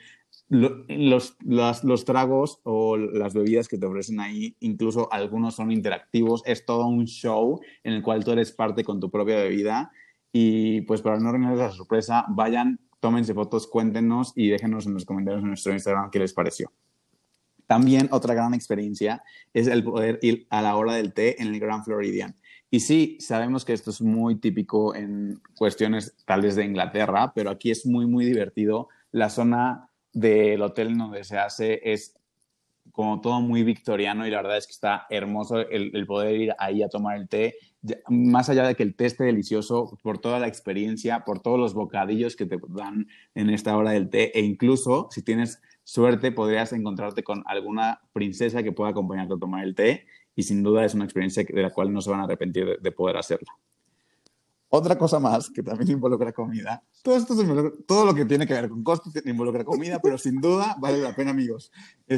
Los tragos o las bebidas que te ofrecen ahí, incluso algunos son interactivos, es todo un show en el cual tú eres parte con tu propia bebida y pues para no arruinar la sorpresa, vayan, tómense fotos, cuéntenos y déjenos en los comentarios en nuestro Instagram qué les pareció. También otra gran experiencia es el poder ir a la hora del té en el Grand Floridian. Y sí, sabemos que esto es muy típico en cuestiones tal vez de Inglaterra, pero aquí es muy, muy divertido. La zona del hotel donde se hace es como todo muy victoriano y la verdad es que está hermoso el poder ir ahí a tomar el té, más allá de que el té esté delicioso, por toda la experiencia, por todos los bocadillos que te dan en esta hora del té e incluso si tienes suerte podrías encontrarte con alguna princesa que pueda acompañarte a tomar el té y sin duda es una experiencia de la cual no se van a arrepentir de poder hacerla. Otra cosa más que también involucra comida. Todo lo que tiene que ver con costos involucra comida, pero sin duda vale la pena, amigos.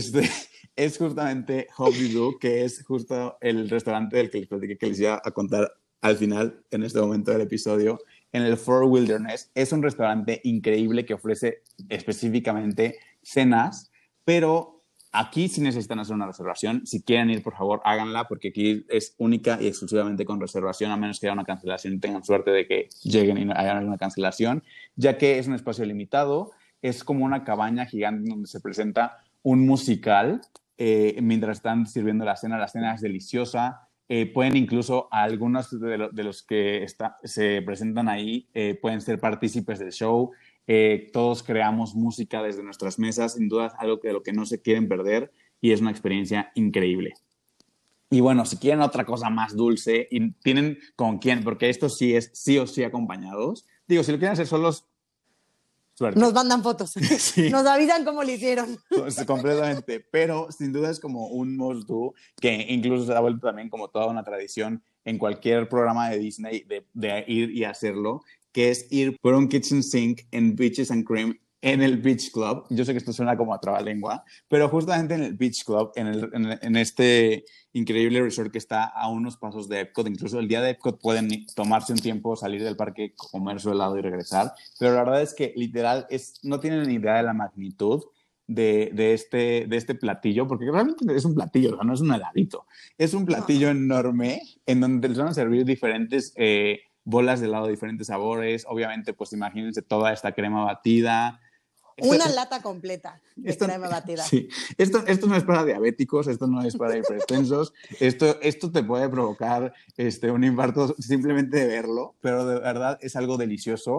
Es justamente Hobbidoo, que es justo el restaurante del que les platiqué que les iba a contar al final, en este momento del episodio, en el Fort Wilderness. Es un restaurante increíble que ofrece específicamente cenas, pero aquí sí necesitan hacer una reservación. Si quieren ir, por favor, háganla, porque aquí es única y exclusivamente con reservación, a menos que haya una cancelación y tengan suerte de que lleguen y haya una cancelación, ya que es un espacio limitado. Es como una cabaña gigante donde se presenta un musical mientras están sirviendo la cena. La cena es deliciosa. Pueden incluso, algunos de los que se presentan ahí pueden ser partícipes del show. Todos creamos música desde nuestras mesas, sin duda es algo de lo que no se quieren perder y es una experiencia increíble. Y bueno, si quieren otra cosa más dulce y tienen con quién, porque esto sí es sí o sí acompañados. Digo, si lo quieren hacer solos, suerte. Nos mandan fotos. Sí. Nos avisan cómo lo hicieron. Pues, completamente, pero sin duda es como un must do que incluso se ha vuelto también como toda una tradición en cualquier programa de Disney de ir y hacerlo, que es ir por un kitchen sink en Beaches and Cream en el Beach Club. Yo sé que esto suena como a trabalengua, pero justamente en el Beach Club, en este increíble resort que está a unos pasos de Epcot. Incluso el día de Epcot pueden tomarse un tiempo, salir del parque, comer su helado y regresar. Pero la verdad es que literal no tienen ni idea de la magnitud de este platillo, porque realmente es un platillo, o sea, no es un heladito. Es un platillo enorme en donde les van a servir diferentes bolas de helado de diferentes sabores. Obviamente, pues imagínense toda esta crema batida. Una lata completa de crema batida. Sí. Esto no es para diabéticos, esto no es para hipertensos, esto te puede provocar un infarto simplemente de verlo, pero de verdad es algo delicioso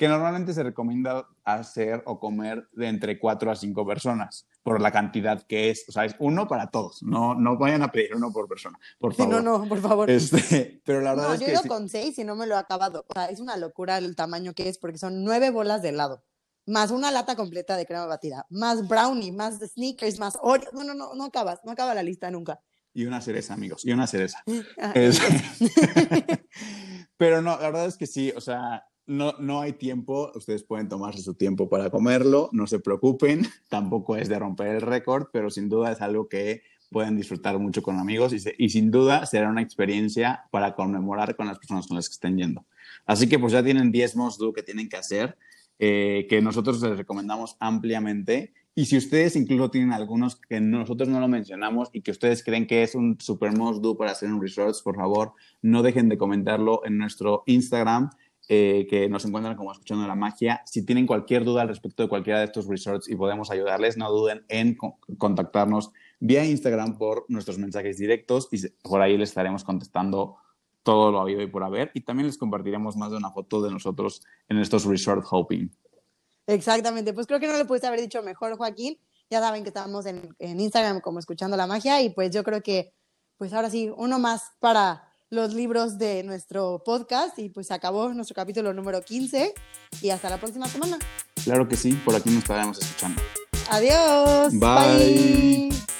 que normalmente se recomienda hacer o comer de entre 4 a 5 personas, por la cantidad que es. O sea, es uno para todos. No, no vayan a pedir uno por persona, por Sí, favor. no, por favor. Pero la verdad No, es yo he que ido sí. con 6 y no me lo he acabado. O sea, es una locura el tamaño que es porque son 9 bolas de helado, más una lata completa de crema batida, más brownie, más Snickers, más Oreo. No acabas, no acaba la lista nunca. Y una cereza, amigos, y una cereza. Y Es- eso. Pero no, la verdad es que sí, o sea, no hay tiempo, ustedes pueden tomarse su tiempo para comerlo, no se preocupen, tampoco es de romper el récord, pero sin duda es algo que pueden disfrutar mucho con amigos y sin duda será una experiencia para conmemorar con las personas con las que estén yendo. Así que pues ya tienen 10 must do que tienen que hacer, que nosotros les recomendamos ampliamente. Y si ustedes incluso tienen algunos que nosotros no lo mencionamos y que ustedes creen que es un super must do para hacer un resort, por favor, no dejen de comentarlo en nuestro Instagram, que nos encuentran como Escuchando la Magia. Si tienen cualquier duda al respecto de cualquiera de estos resorts y podemos ayudarles, no duden en contactarnos vía Instagram por nuestros mensajes directos y por ahí les estaremos contestando todo lo habido y por haber. Y también les compartiremos más de una foto de nosotros en estos resort hopping. Exactamente, pues creo que no lo pudiste haber dicho mejor, Joaquín. Ya saben que estamos en Instagram como Escuchando la Magia y pues yo creo que, pues ahora sí, uno más para los libros de nuestro podcast y pues se acabó nuestro capítulo número 15 y hasta la próxima semana. Claro que sí, por aquí nos estaremos escuchando. Adiós. Bye. Bye.